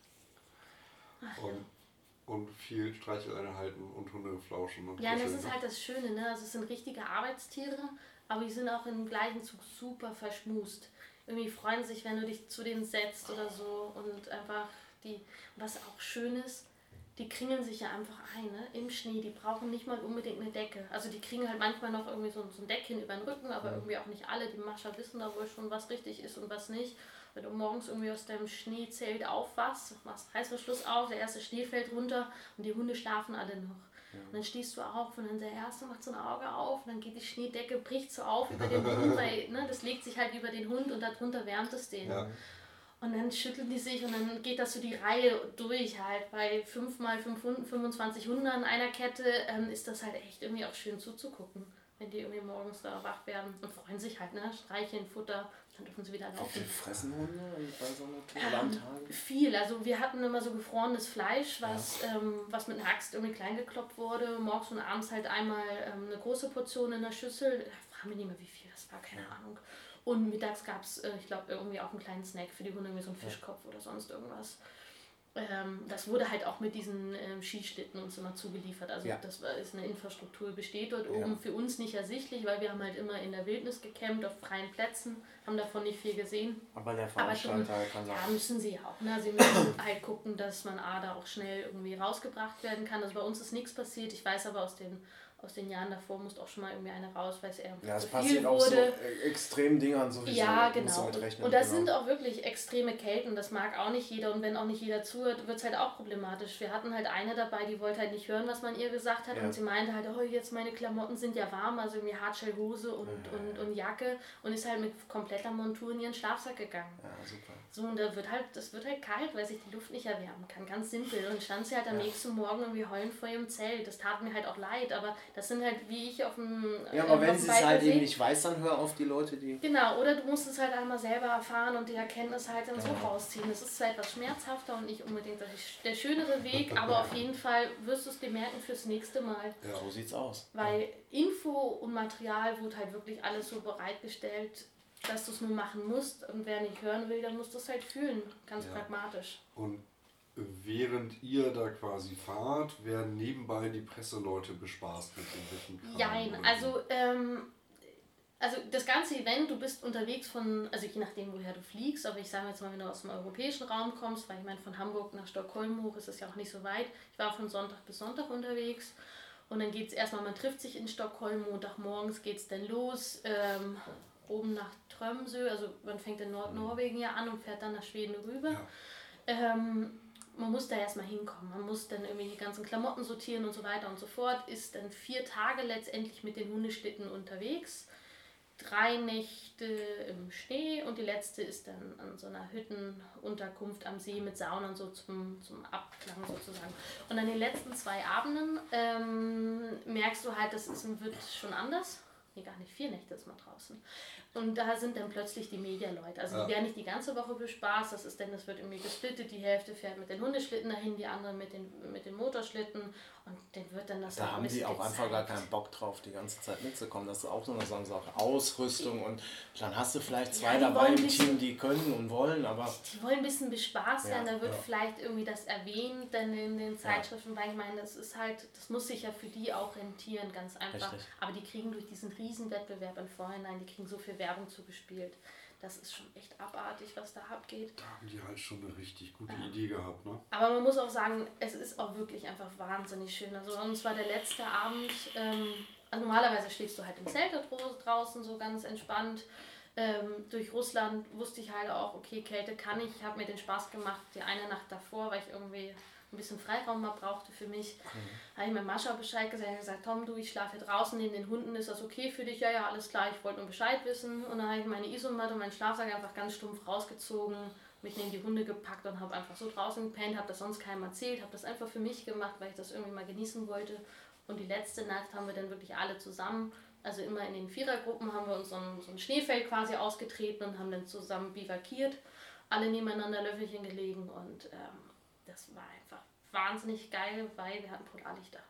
Ach, und viel Streicheleinheiten und Hundeflauschen. Und ja, das ist halt das Schöne, ne? Also es sind richtige Arbeitstiere, aber die sind auch im gleichen Zug super verschmust. Irgendwie freuen sich, wenn du dich zu denen setzt oder so und einfach was auch schön ist, die kringeln sich ja einfach ein, ne? Im Schnee, die brauchen nicht mal unbedingt eine Decke. Also die kriegen halt manchmal noch irgendwie so ein Deckchen über den Rücken, aber irgendwie auch nicht alle. Die Mascher wissen da wohl schon, was richtig ist und was nicht. Wenn du morgens irgendwie aus deinem Schneezelt aufwachst, machst Reißverschluss auf, der erste Schnee fällt runter und die Hunde schlafen alle noch. Ja. Und dann stehst du auf und dann der Erste macht so ein Auge auf und dann geht die Schneedecke, bricht so auf über den Hund, weil das legt sich halt über den Hund und darunter wärmt es den. Ja. Und dann schütteln die sich und dann geht das so die Reihe durch halt. Bei 5 mal 5 Hunden, 25 Hunden an einer Kette ist das halt echt irgendwie auch schön zuzugucken, wenn die irgendwie morgens da wach werden und freuen sich halt, ne? Streicheln, Futter, dann dürfen sie wieder laufen. Wie fressen Hunde bei so einer Tour am Tag? Viel, also wir hatten immer so gefrorenes Fleisch, was mit einer Axt irgendwie klein gekloppt wurde. Morgens und abends halt einmal eine große Portion in der Schüssel. Da fragen wir nicht mehr wie viel, das war keine Ahnung. Und mittags gab es, ich glaube, irgendwie auch einen kleinen Snack für die Hunde, wie so ein Fischkopf oder sonst irgendwas. Das wurde halt auch mit diesen Skischlitten uns immer zugeliefert. Also das ist eine Infrastruktur, besteht dort oben, für uns nicht ersichtlich, weil wir haben halt immer in der Wildnis gecampt, auf freien Plätzen, haben davon nicht viel gesehen. Aber der Veranstalter kann sagen. Ja, müssen sie auch. Ne? Sie müssen halt gucken, dass man da auch schnell irgendwie rausgebracht werden kann. Also bei uns ist nichts passiert. Ich weiß aber aus den Jahren davor musste auch schon mal irgendwie eine raus, weil es eher zu viel wurde. Auch so extremen Dingern sowieso. Ja, genau. Und das sind auch wirklich extreme Kälten, das mag auch nicht jeder und wenn auch nicht jeder zuhört, wird es halt auch problematisch. Wir hatten halt eine dabei, die wollte halt nicht hören, was man ihr gesagt hat und sie meinte halt, oh, jetzt meine Klamotten sind ja warm, also irgendwie Hartschellhose und Jacke und ist halt mit kompletter Montur in ihren Schlafsack gegangen. Ja, super. So, und das wird halt kalt, weil sich die Luft nicht erwärmen kann, ganz simpel. Und stand sie halt am nächsten Morgen irgendwie heulend vor ihrem Zelt. Das tat mir halt auch leid, aber das sind halt, wie ich auf dem Ja, aber wenn sie es halt eben nicht weiß, dann hör auf die Leute, die... Genau, oder du musst es halt einmal selber erfahren und die Erkenntnis halt dann so rausziehen. Das ist zwar etwas schmerzhafter und nicht unbedingt der schönere Weg, aber auf jeden Fall wirst du es dir merken fürs nächste Mal. Ja, so sieht's aus. Weil Info und Material wurde halt wirklich alles so bereitgestellt, dass du es nur machen musst und wer nicht hören will, dann musst du es halt fühlen, ganz pragmatisch. Und während ihr da quasi fahrt, werden nebenbei die Presseleute bespaßt mit irgendwelchen Nein, also das ganze Event, du bist unterwegs also je nachdem, woher du fliegst, aber ich sage jetzt mal, wenn du aus dem europäischen Raum kommst, weil ich meine, von Hamburg nach Stockholm hoch ist es ja auch nicht so weit. Ich war von Sonntag bis Sonntag unterwegs und dann geht es erstmal, man trifft sich in Stockholm, Montagmorgens geht es dann los, oben nach Tromsø, also man fängt in Nordnorwegen ja an und fährt dann nach Schweden rüber. Ja. Man muss da erstmal hinkommen, man muss dann irgendwie die ganzen Klamotten sortieren und so weiter und so fort, ist dann 4 Tage letztendlich mit den Hundeschlitten unterwegs, 3 Nächte im Schnee und die letzte ist dann an so einer Hüttenunterkunft am See mit Sauna und so zum Abklang sozusagen. Und an den letzten 2 Abenden merkst du halt, wird schon anders. Nee, gar nicht, 4 Nächte ist man draußen. Und da sind dann plötzlich die Medialeute. Also die werden nicht die ganze Woche bespaßt, das wird irgendwie gesplittet, die Hälfte fährt mit den Hundeschlitten dahin, die andere mit den Motorschlitten und dann wird dann das... Da haben die auch einfach gar keinen Bock drauf, die ganze Zeit mitzukommen. Das ist auch so eine Sache, Ausrüstung und dann hast du vielleicht 2 dabei im Team, die können und wollen, aber... Die wollen ein bisschen bespaßt werden, da wird vielleicht irgendwie das erwähnt dann in den Zeitschriften, weil ich meine, das muss sich ja für die auch rentieren, ganz einfach. Richtig. Aber die kriegen durch diesen Riesenwettbewerb im Vorhinein, die kriegen so viel Werbung zugespielt. Das ist schon echt abartig, was da abgeht. Da haben die halt schon eine richtig gute Idee gehabt, ne? Aber man muss auch sagen, es ist auch wirklich einfach wahnsinnig schön. Also uns war der letzte Abend, also normalerweise schläfst du halt im Zelt draußen so ganz entspannt. Durch Russland wusste ich halt auch, okay, Kälte kann ich. Ich habe mir den Spaß gemacht, die eine Nacht davor, weil ich irgendwie ein bisschen Freiraum mal brauchte für mich, habe ich mit Mascha Bescheid gesagt, Tom, du, ich schlafe hier draußen neben den Hunden, ist das okay für dich? Ja, alles klar, ich wollte nur Bescheid wissen. Und dann habe ich meine Isomatte und meinen Schlafsack einfach ganz stumpf rausgezogen, mich neben die Hunde gepackt und habe einfach so draußen gepennt, habe das sonst keinem erzählt, habe das einfach für mich gemacht, weil ich das irgendwie mal genießen wollte. Und die letzte Nacht haben wir dann wirklich alle zusammen, also immer in den Vierergruppen, haben wir uns so ein Schneefeld quasi ausgetreten und haben dann zusammen bivakiert, alle nebeneinander Löffelchen gelegen und das war einfach wahnsinnig geil, weil wir hatten Polarlichter.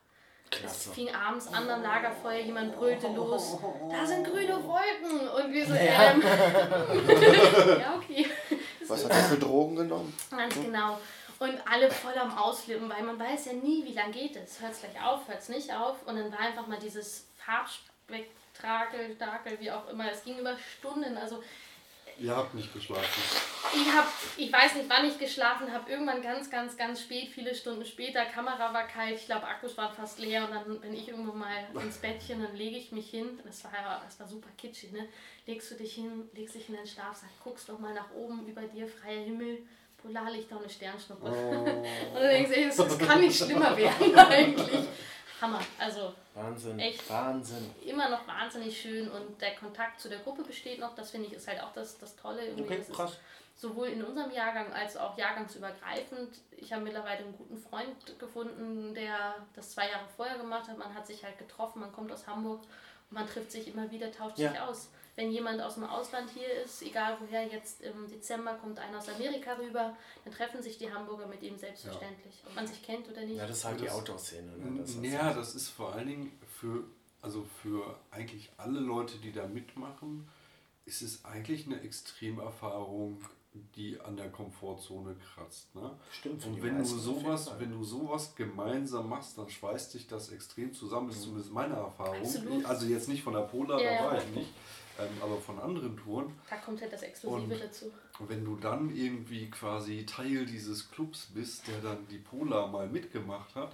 Es fing abends an am Lagerfeuer, jemand brüllte los, da sind grüne Wolken. Und wir so, ja, okay. Was hat er für Drogen genommen? Ganz genau. Und alle voll am Ausflippen, weil man weiß ja nie, wie lange geht es. Hört es gleich auf, hört es nicht auf. Und dann war einfach mal dieses Farbspektakel, wie auch immer. Es ging über Stunden. Also ihr habt nicht geschlafen. Ich weiß nicht, wann ich geschlafen habe. Irgendwann ganz spät, viele Stunden später. Kamera war kalt, ich glaube, Akkus waren fast leer. Und dann bin ich irgendwo mal ins Bettchen, dann lege ich mich hin. Das war super kitschig, ne? Legst dich in den Schlafsack, guckst noch mal nach oben, über dir freier Himmel, Polarlichter und eine Sternschnuppe. Und dann denkst du, das kann nicht schlimmer werden eigentlich. Hammer, also Wahnsinn, echt Wahnsinn. Immer noch wahnsinnig schön und der Kontakt zu der Gruppe besteht noch, das finde ich ist halt auch das Tolle. Irgendwie. Okay, das krass. Ist sowohl in unserem Jahrgang als auch jahrgangsübergreifend. Ich habe mittlerweile einen guten Freund gefunden, der das 2 Jahre vorher gemacht hat. Man hat sich halt getroffen, man kommt aus Hamburg und man trifft sich immer wieder, tauscht sich aus. Wenn jemand aus dem Ausland hier ist, egal woher, jetzt im Dezember kommt einer aus Amerika rüber, dann treffen sich die Hamburger mit ihm selbstverständlich. Ob man sich kennt oder nicht. Ja, das ist halt die Outdoor-Szene. Ne? Das ist vor allen Dingen für eigentlich alle Leute, die da mitmachen, ist es eigentlich eine Extremerfahrung, die an der Komfortzone kratzt. Ne? Stimmt. Und wenn du sowas gemeinsam machst, dann schweißt dich das extrem zusammen. Das ist zumindest meine Erfahrung. Absolut. Also jetzt nicht von der Polar, da war ich nicht. Aber von anderen Touren. Da kommt halt das Exklusive dazu. Und wenn du dann irgendwie quasi Teil dieses Clubs bist, der dann die Polar mal mitgemacht hat,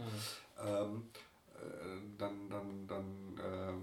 dann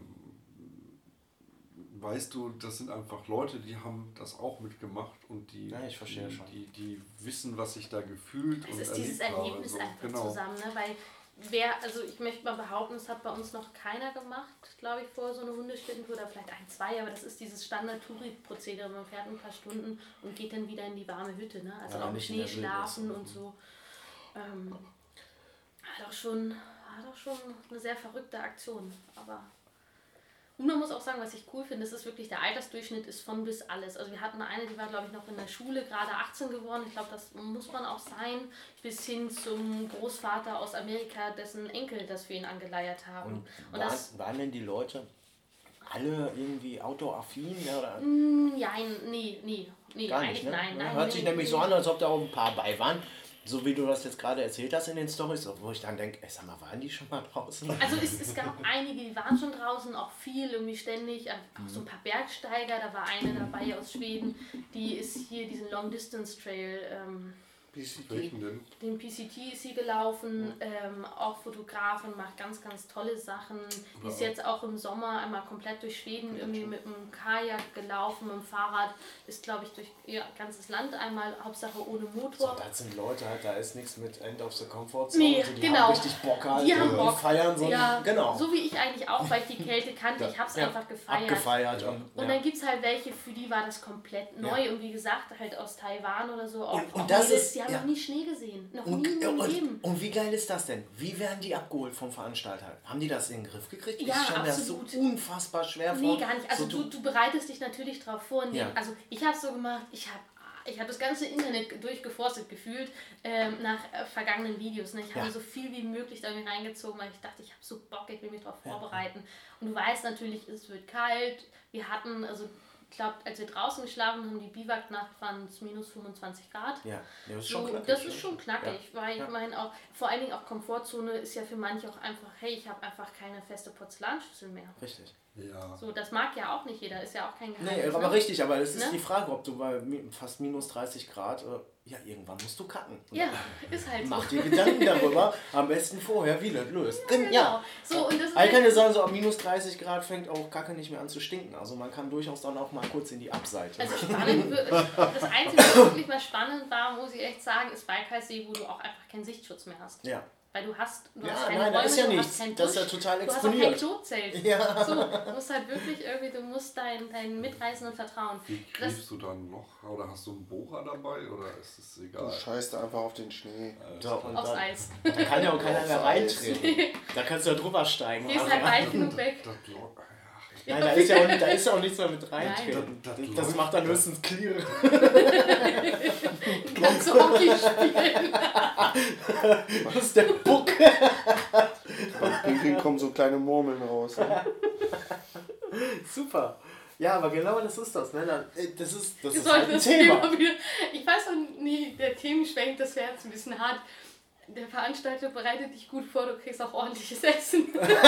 weißt du, das sind einfach Leute, die haben das auch mitgemacht und die wissen, was ich da gefühlt und erlebt habe. Es ist dieses Erlebnis einfach zusammen, ne? Weil ich möchte mal behaupten, es hat bei uns noch keiner gemacht, glaube ich, vor so eine Hundeschlittentour oder vielleicht 1, 2, aber das ist dieses Standard-Touri-Prozedere. Man fährt ein paar Stunden und geht dann wieder in die warme Hütte, ne? Also auch im Schnee schlafen und so. Hat auch schon eine sehr verrückte Aktion, aber... Und man muss auch sagen, was ich cool finde, das ist wirklich, der Altersdurchschnitt ist von bis alles. Also wir hatten eine, die war glaube ich noch in der Schule, gerade 18 geworden. Ich glaube, das muss man auch sein, bis hin zum Großvater aus Amerika, dessen Enkel das für ihn angeleiert haben. Und waren denn die Leute alle irgendwie outdoor-affin? Oder? Nee. Gar nicht, ne? Nein. Hört sich nämlich so an, als ob da auch ein paar bei waren. So wie du das jetzt gerade erzählt hast in den Storys, wo ich dann denke, sag mal, waren die schon mal draußen? Also es gab einige, die waren schon draußen, auch viel, irgendwie ständig, auch so ein paar Bergsteiger, da war eine dabei aus Schweden, die ist hier diesen Long Distance Trail, den PCT ist sie gelaufen, auch Fotografin, macht ganz tolle Sachen, die ist jetzt auch im Sommer einmal komplett durch Schweden irgendwie mit einem Kajak gelaufen, mit dem Fahrrad, ist glaube ich durch ihr ganzes Land einmal, Hauptsache ohne Motor. So, das sind Leute halt, da ist nichts mit End of the Comfort Zone, nee, die haben richtig Bock halt, die haben Bock. Feiern, so, genau. So wie ich eigentlich auch, weil ich die Kälte kannte, ich habe es einfach gefeiert. Und dann gibt es halt welche, für die war das komplett neu und wie gesagt, halt aus Taiwan oder so, auch das ist, die haben noch nie Schnee gesehen. Noch nie in ihrem Leben. Und wie geil ist das denn? Wie werden die abgeholt vom Veranstalter? Haben die das in den Griff gekriegt? Ja, ich stelle mir das so unfassbar schwer vor. Nee, gar nicht. Also du bereitest dich natürlich darauf vor. Also ich habe es so gemacht, ich habe das ganze Internet durchgeforstet gefühlt nach vergangenen Videos. Ne? Ich habe so viel wie möglich da reingezogen, weil ich dachte, ich habe so Bock, ich will mich darauf vorbereiten. Und du weißt natürlich, es wird kalt. Wir hatten, ich glaube, als wir draußen geschlafen haben, die Biwaknacht waren es minus 25 Grad. Ja, das ist schon knackig. Das ist schon knackig, weil ich meine auch, vor allen Dingen auch Komfortzone ist ja für manche auch einfach, hey, ich habe einfach keine feste Porzellanschüssel mehr. Richtig. Ja. So, das mag ja auch nicht jeder, ist ja auch kein Geheimnis. Nee, aber richtig, aber es ist die Frage, ob du bei fast minus 30 Grad, irgendwann musst du kacken. Ja, ist halt so. Mach dir Gedanken darüber, am besten vorher, wie das löst. Ja, genau. So, und das ist ich kann dir sagen, so ab minus 30 Grad fängt auch Kacke nicht mehr an zu stinken. Also man kann durchaus dann auch mal kurz in die Abseite. Also spannend, das Einzige, was wirklich mal spannend war, muss ich echt sagen, ist Baikalsee, wo du auch einfach keinen Sichtschutz mehr hast. Ja. Weil du hast keine Räume, das ist ja nichts. Das ist ja total exponiert. Du hast auch kein Klozelt. Ja. So, du musst halt wirklich du musst deinen Mitreisenden vertrauen. Wie klebst du dann noch? Oder hast du einen Bohrer dabei? Oder ist es egal? Du scheißt einfach auf den Schnee. Aufs Eis. Da kann ja auch keiner mehr reintreten. Da kannst du ja drüber steigen. Gehst halt weit genug weg. Nein, da ist ja auch nichts mehr mit rein. Das macht dann höchstens Clear. Kannst du Hockey spielen. Das ist der Buck. Beim Pinkeln kommen so kleine Murmeln raus. Ne? Super. Ja, aber genau das ist das. Ne? Das ist halt ein Thema. Ich weiß auch nie, der Themenschwenk, das wäre jetzt ein bisschen hart. Der Veranstalter bereitet dich gut vor, du kriegst auch ordentliches Essen.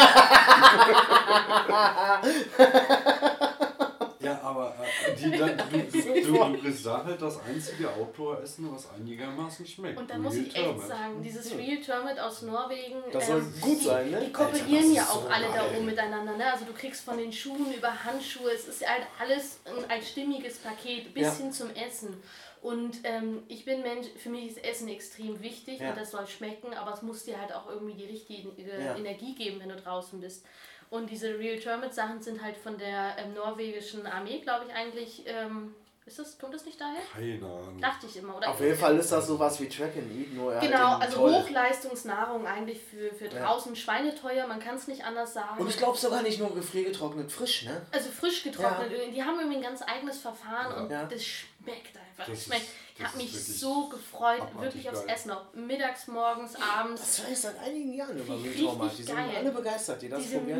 Ja, aber du bist da halt das einzige Outdoor-Essen, was einigermaßen schmeckt. Und da muss ich echt sagen, dieses Real Termit aus Norwegen, das soll gut sein, ne? Die kooperieren ja auch so alle da oben miteinander. Ne? Also du kriegst von den Schuhen über Handschuhe, es ist halt alles ein stimmiges Paket bis hin zum Essen. Und ich bin Mensch, für mich ist Essen extrem wichtig und das soll schmecken, aber es muss dir halt auch irgendwie die richtige Energie geben, wenn du draußen bist. Und diese Real Termit Sachen sind halt von der norwegischen Armee, glaube ich eigentlich. Kommt das nicht daher? Keine Ahnung. Dachte ich immer. Oder auf jeden Fall ist das sowas wie Track and Eat, nur genau, halt also Hochleistungsnahrung eigentlich für draußen. Schweineteuer, man kann es nicht anders sagen. Und ich glaube sogar nicht nur gefriergetrocknet, frisch, ne? Also frisch getrocknet. Ja. Die haben irgendwie ein ganz eigenes Verfahren und das schmeckt einfach. Ich habe mich so gefreut, wirklich aufs Essen. Auch mittags, morgens, abends. Das war jetzt seit einigen Jahren über Wildtraumat. Die sind alle begeistert, die das probieren.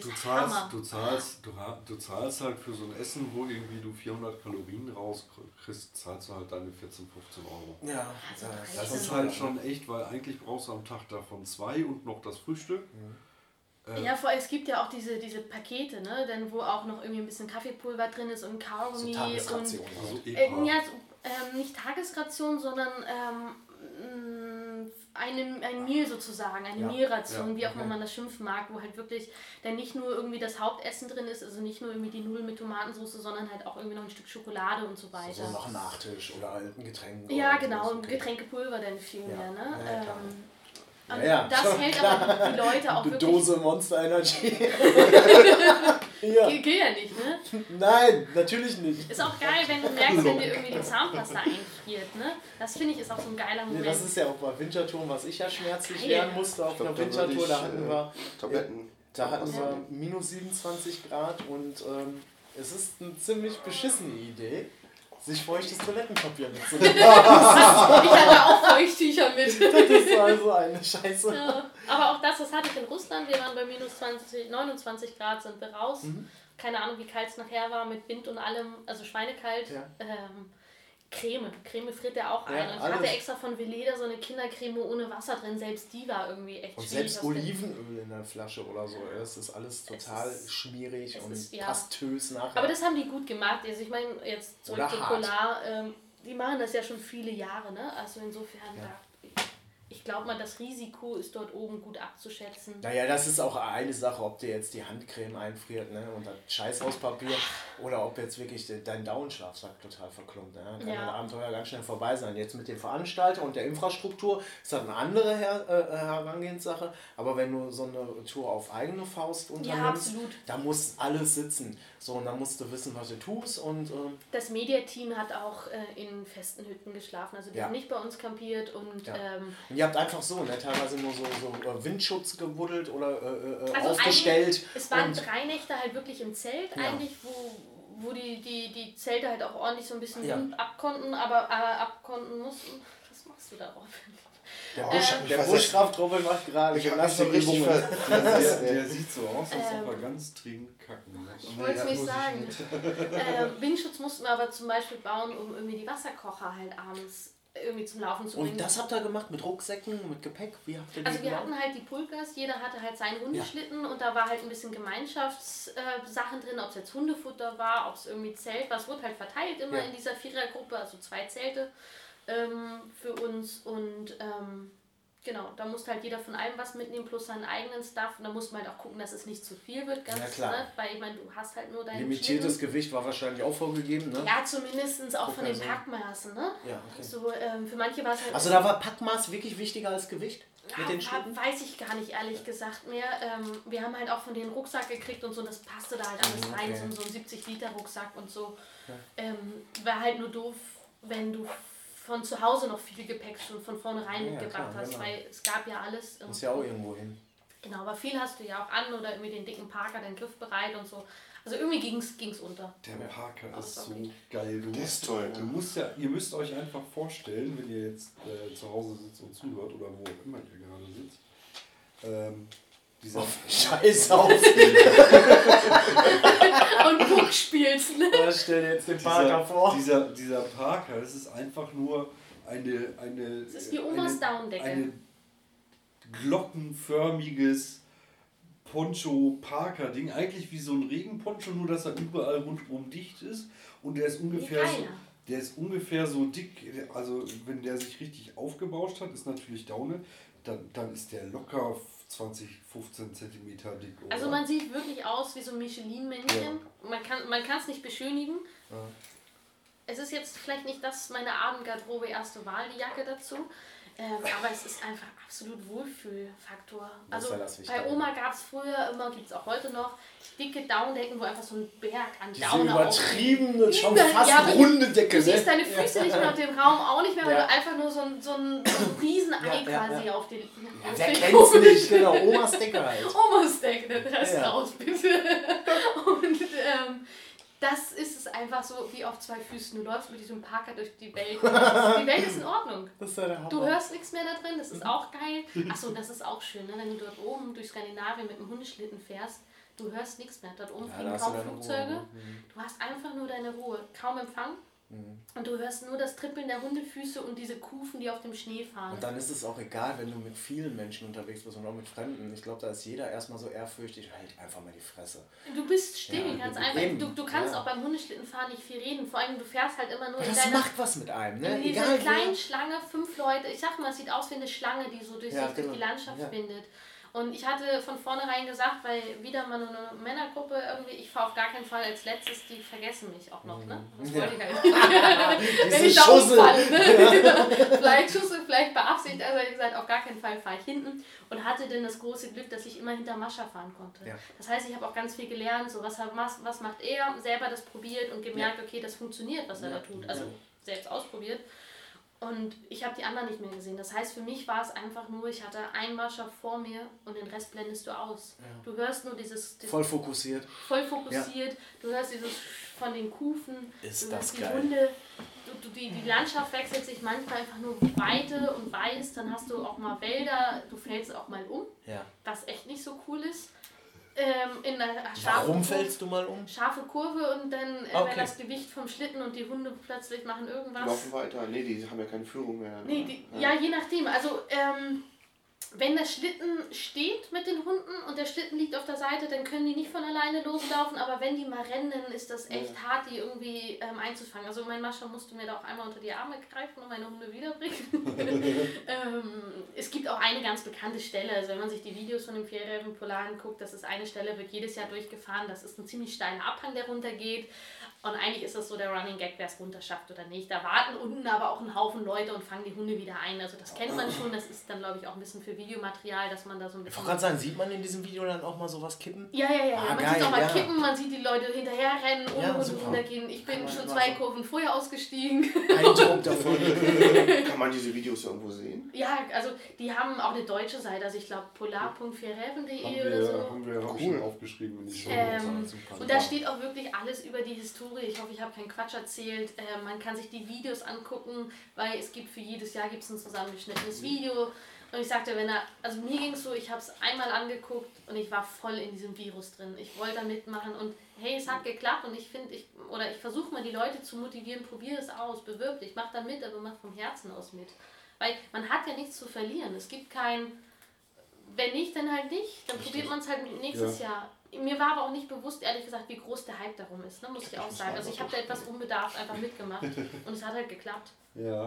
Du zahlst halt für so ein Essen, wo irgendwie du 400 Kalorien rauskriegst, zahlst du halt deine 14, 15 Euro. Ja, das ist halt schon echt, weil eigentlich brauchst du am Tag davon 2 und noch das Frühstück. Ja, vor allem, es gibt ja auch diese Pakete, ne? Denn wo auch noch irgendwie ein bisschen Kaffeepulver drin ist und Kaugummi so und nicht Tagesration, sondern ein Meal sozusagen, eine Mealration, wie auch immer man das schimpfen mag, wo halt wirklich dann nicht nur irgendwie das Hauptessen drin ist, also nicht nur irgendwie die Nudeln mit Tomatensauce, sondern halt auch irgendwie noch ein Stück Schokolade und so weiter. So noch ein Nachtisch oder halt ein Getränk. Ja, genau, ein Getränkepulver dann viel mehr, ne? Das hält aber die Leute auch wirklich... Eine Dose Monster Energy. Geht ja nicht, ne? Nein, natürlich nicht. Ist auch geil, wenn du merkst, wenn dir irgendwie die Zahnpasta einfriert, ne? Das finde ich ist auch so ein geiler Moment. Das ist ja auch bei Wintertouren, was ich ja schmerzlich lernen musste auf einer Wintertour. Da hatten wir Tabletten. Da hatten wir minus 27 Grad und es ist eine ziemlich beschissene Idee, sich feuchtes Toilettenpapier mitzunehmen. Ich hatte auch Feuchttücher mit. Das ist also eine Scheiße. Ja. Aber auch das hatte ich in Russland. Wir waren bei minus 29 Grad, sind wir raus. Keine Ahnung, wie kalt es nachher war, mit Wind und allem, also schweinekalt. Ja. Creme friert ja auch ein. Und ich hatte extra von Veleda so eine Kindercreme ohne Wasser drin. Selbst die war irgendwie echt und schwierig. Selbst Olivenöl in der Flasche oder so. Das ist alles total schmierig und pastös nachher. Aber das haben die gut gemacht. Also ich meine, jetzt zurück zu Polar. Die machen das ja schon viele Jahre. Ne? Also insofern, ich glaube mal, das Risiko ist dort oben gut abzuschätzen. Naja, das ist auch eine Sache, ob dir jetzt die Handcreme einfriert, ne, und das Scheißhauspapier oder ob jetzt wirklich dein Daunenschlafsack total verklumpt. Ne? Kann das Abenteuer ganz schnell vorbei sein. Jetzt mit dem Veranstalter und der Infrastruktur ist das eine andere Herangehenssache. Aber wenn du so eine Tour auf eigene Faust unternimmst, da muss alles sitzen. So, und dann musst du wissen, was du tust. Und, das Mediateam hat auch in festen Hütten geschlafen. Also die haben nicht bei uns campiert. Und ihr habt einfach so, ne, teilweise nur so Windschutz gebuddelt oder aufgestellt. Es waren 3 Nächte halt wirklich im Zelt, eigentlich, wo die Zelte halt auch ordentlich so ein bisschen Wind abkonnten, aber abkonnten mussten. Was machst du da drauf? Der Buschkrafttruppel macht gerade Gymnastikübungen. Der sieht so aus, als ob er ganz dringend kacken muss. Ich wollte es nicht sagen. Windschutz mussten wir aber zum Beispiel bauen, um irgendwie die Wasserkocher halt abends irgendwie zum Laufen zu bringen. Und das habt ihr gemacht mit Rucksäcken, mit Gepäck? Wie habt ihr wir hatten halt die Pulkas, jeder hatte halt seinen Hundeschlitten und da war halt ein bisschen Gemeinschaftssachen drin, ob es jetzt Hundefutter war, ob es irgendwie Zelt war. Es wurde halt verteilt immer in dieser Vierergruppe, also 2 Zelte für uns und genau, da musste halt jeder von allem was mitnehmen, plus seinen eigenen Stuff. Und da musste man halt auch gucken, dass es nicht zu viel wird, ganz klar. Ne? Weil ich meine, du hast halt nur dein limitiertes Gewicht war wahrscheinlich auch vorgegeben, ne? Ja, zumindest auch von den Packmaßen, ne? Ja, okay. So, für manche war es halt... Also da war Packmaß wirklich wichtiger als Gewicht? Mit den Schlitten? Weiß ich gar nicht, ehrlich gesagt mehr. Wir haben halt auch von denen Rucksack gekriegt und so, das passte da halt alles rein, so ein 70-Liter-Rucksack und so. Ja. War halt nur doof, wenn du von zu Hause noch viel Gepäck schon von vornherein mitgebracht hast, weil es gab ja alles. Muss ja auch irgendwo hin. Genau, aber viel hast du ja auch an oder irgendwie den dicken Parker, den griffbereit und so. Also irgendwie ging's unter. Der Parker ist so geil. Der ist toll. Ihr müsst euch einfach vorstellen, wenn ihr jetzt zu Hause sitzt und zuhört oder wo auch immer ihr gerade sitzt, dieser Scheiß auf! Und Puck spielst, ne? Stell dir jetzt den Parker vor. Dieser Parker, das ist einfach nur eine das ist wie Omas Daunendecke. Ein glockenförmiges Poncho-Parker-Ding, eigentlich wie so ein Regenponcho, nur dass er überall rundherum dicht ist und der ist ungefähr so dick, also wenn der sich richtig aufgebauscht hat, ist natürlich Daune, dann ist der locker 20, 15 cm dick. Oder? Also man sieht wirklich aus wie so ein Michelin-Männchen, man kann es nicht beschönigen. Ja. Es ist jetzt vielleicht nicht meine Abendgarderobe erste Wahl, die Jacke dazu. Aber es ist einfach absolut Wohlfühlfaktor. Also bei Oma gab es früher immer, gibt es auch heute noch, dicke Daunendecken, wo einfach so ein Berg an Daune übertriebene, schon fast runde Decke. Du siehst deine Füße nicht mehr auf dem Raum, auch nicht mehr, weil du einfach nur so ein Riesenei quasi auf den... Wer kennt's nicht, genau, Omas Decke halt. Omas Decke, den Rest raus bitte. Und das ist es einfach so wie auf zwei Füßen. Du läufst mit diesem Parker durch die Welt. Die Welt ist in Ordnung. Das ist ja der Hammer. Du hörst nichts mehr da drin, das ist auch geil. Achso, und das ist auch schön, ne? Wenn du dort oben durch Skandinavien mit dem Hundeschlitten fährst, du hörst nichts mehr. Dort oben fliegen kaum Flugzeuge. Du hast einfach nur deine Ruhe. Kaum Empfang. Und du hörst nur das Trippeln der Hundefüße und diese Kufen, die auf dem Schnee fahren. Und dann ist es auch egal, wenn du mit vielen Menschen unterwegs bist und auch mit Fremden. Ich glaube, da ist jeder erstmal so ehrfürchtig, halt einfach mal die Fresse. Du bist still, ganz einfach. Du kannst auch beim Hundeschlittenfahren nicht viel reden. Vor allem, du fährst halt immer nur in deiner... Das macht was mit einem, ne? In dieser kleinen Schlange, 5 Leute. Ich sag mal, es sieht aus wie eine Schlange, die so durch die Landschaft windet. Und ich hatte von vornherein gesagt, weil wieder mal eine Männergruppe irgendwie, ich fahre auf gar keinen Fall als letztes, die vergessen mich auch noch, ne? Das wollte ich halt. Wenn ich da umfalle, ne? Vielleicht Schusse, vielleicht beabsichtigt, also ich gesagt, auf gar keinen Fall fahre ich hinten und hatte dann das große Glück, dass ich immer hinter Mascha fahren konnte. Ja. Das heißt, ich habe auch ganz viel gelernt, so was macht er, selber das probiert und gemerkt, okay, das funktioniert, was er da tut. Also selbst ausprobiert. Und ich habe die anderen nicht mehr gesehen. Das heißt, für mich war es einfach nur, ich hatte einen Mascha vor mir und den Rest blendest du aus. Ja. Du hörst nur dieses voll fokussiert. Ja. Du hörst dieses von den Kufen. Ist das die geil. Hunde. Die Landschaft wechselt sich manchmal einfach nur Weite und Weiß. Dann hast du auch mal Wälder. Du fällst auch mal um. Ja. Was echt nicht so cool ist. In einer Warum fällst du mal um? Scharfe Kurve und dann wenn das Gewicht vom Schlitten und die Hunde plötzlich machen irgendwas. Die laufen weiter. Nee, die haben ja keine Führung mehr. Nee, je nachdem. Also wenn der Schlitten steht mit den Hunden und der Schlitten liegt auf der Seite, dann können die nicht von alleine loslaufen, aber wenn die mal rennen, dann ist das echt hart, die irgendwie einzufangen. Also mein Mascha musste mir da auch einmal unter die Arme greifen und meine Hunde wiederbringen. Es gibt auch eine ganz bekannte Stelle, also wenn man sich die Videos von dem Fjällräven Polar anguckt, das ist eine Stelle, wird jedes Jahr durchgefahren, das ist ein ziemlich steiler Abhang, der runtergeht. Und eigentlich ist das so der Running Gag, wer es runter schafft oder nicht. Da warten unten aber auch ein Haufen Leute und fangen die Hunde wieder ein. Also das kennt man schon, das ist dann glaube ich auch ein bisschen für Videomaterial, dass man da so ein bisschen... Ich wollte gerade sagen, sieht man in diesem Video dann auch mal sowas kippen? Ja. Man geil, sieht auch mal kippen, man sieht die Leute hinterher rennen, ohne Hunde runtergehen. Ich bin schon 2 Kurven vorher ausgestiegen. Eindruck davon. Kann man diese Videos irgendwo sehen? Ja, also die haben auch eine deutsche Seite, also ich glaube polar.fjällräven.de oder so. Haben wir schon aufgeschrieben in die Show. Und da steht auch wirklich alles über die Historie. Ich hoffe, ich habe keinen Quatsch erzählt. Man kann sich die Videos angucken, weil es gibt für jedes Jahr ein zusammengeschnittenes Video. Und ich sagte, also mir ging es so, ich habe es einmal angeguckt und ich war voll in diesem Virus drin. Ich wollte da mitmachen und hey, es hat geklappt und ich versuche mal die Leute zu motivieren, probier es aus, bewirb dich, mach da mit, aber mach vom Herzen aus mit. Weil man hat ja nichts zu verlieren. Es gibt wenn nicht, dann halt nicht. Dann probiert man es halt nächstes Jahr. Mir war aber auch nicht bewusst, ehrlich gesagt, wie groß der Hype darum ist, ne? Muss ich auch sagen. Also ich habe da etwas unbedarft einfach mitgemacht und es hat halt geklappt. Ja.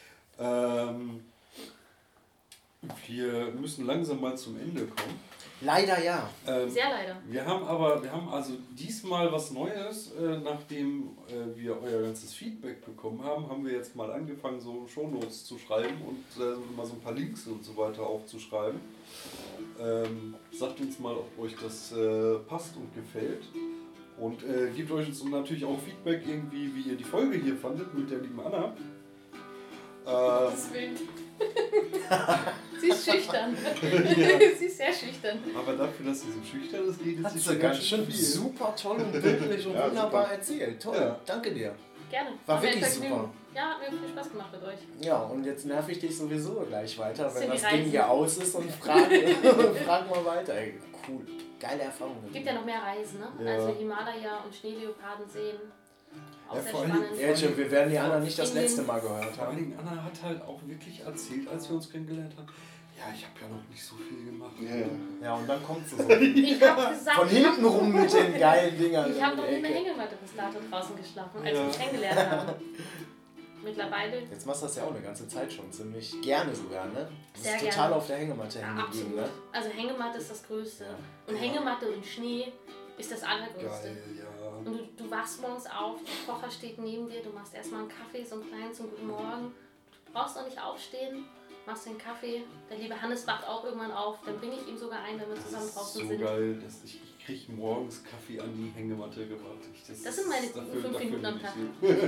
Wir müssen langsam mal zum Ende kommen. Leider ja. Sehr leider. Wir haben also diesmal was Neues, nachdem wir euer ganzes Feedback bekommen haben wir jetzt mal angefangen, so Shownotes zu schreiben und mal so ein paar Links und so weiter aufzuschreiben. Sagt uns mal, ob euch das passt und gefällt. Und gebt euch uns natürlich auch Feedback irgendwie, wie ihr die Folge hier fandet mit der lieben Anna. Sie Sie ist schüchtern. Sie ist sehr schüchtern. Aber dafür, dass sie so schüchtern ist, redet sie schon ganz schön viel. Super toll und bildlich und wunderbar erzählt. Toll, ja. Danke dir. Gerne. War wirklich super. Ja, hat mir viel Spaß gemacht mit euch. Ja, und jetzt nerv ich dich sowieso gleich weiter, wenn das Ding hier aus ist und frag mal weiter. Ey, cool. Geile Erfahrung. Es gibt ja noch mehr Reisen, ne? Ja. Also Himalaya und Schneeleoparden sehen. Auch sehr spannend. Wir werden die Anna nicht das letzte Mal gehört haben. Vor allem Anna hat halt auch wirklich erzählt, als wir uns kennengelernt haben, ja, ich habe ja noch nicht so viel gemacht. Ja, und dann kommt sie so. Ich hab gesagt, von hinten rum mit den geilen Dingern. Ich habe noch in der Hängematte bis dato draußen geschlafen, als wir uns kennengelernt haben. Mittlerweile. Jetzt machst du das ja auch eine ganze Zeit schon, ziemlich gerne sogar, ne? Du bist sehr total gerne auf der Hängematte hängen geblieben, ne? Also Hängematte ist das Größte. Und Hängematte und Schnee ist das Allergrößte. Geil, ja. Und du wachst morgens auf, der Kocher steht neben dir, du machst erstmal einen Kaffee, so einen kleinen zum Guten Morgen. Du brauchst noch nicht aufstehen, machst den Kaffee. Der liebe Hannes wacht auch irgendwann auf, dann bringe ich ihm sogar ein, wenn wir zusammen draußen sind. So geil, dass ich kriege morgens Kaffee an die Hängematte gebracht. Das sind meine guten 5 Minuten am Tag.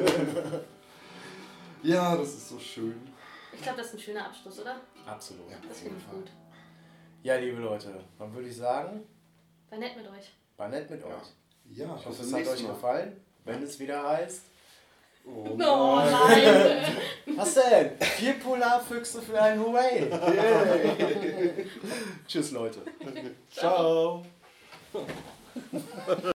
Ja, das ist so schön. Ich glaube, das ist ein schöner Abschluss, oder? Absolut. Ja, das finde ich gut. Ja, liebe Leute, dann würde ich sagen... War nett mit euch. War nett mit euch. Ja, ich hoffe, es hat euch gefallen, wenn es wieder heißt... Oh nein! Was denn? 4 Polarfüchse für ein Hooray! Yeah. Tschüss, Leute. Ciao.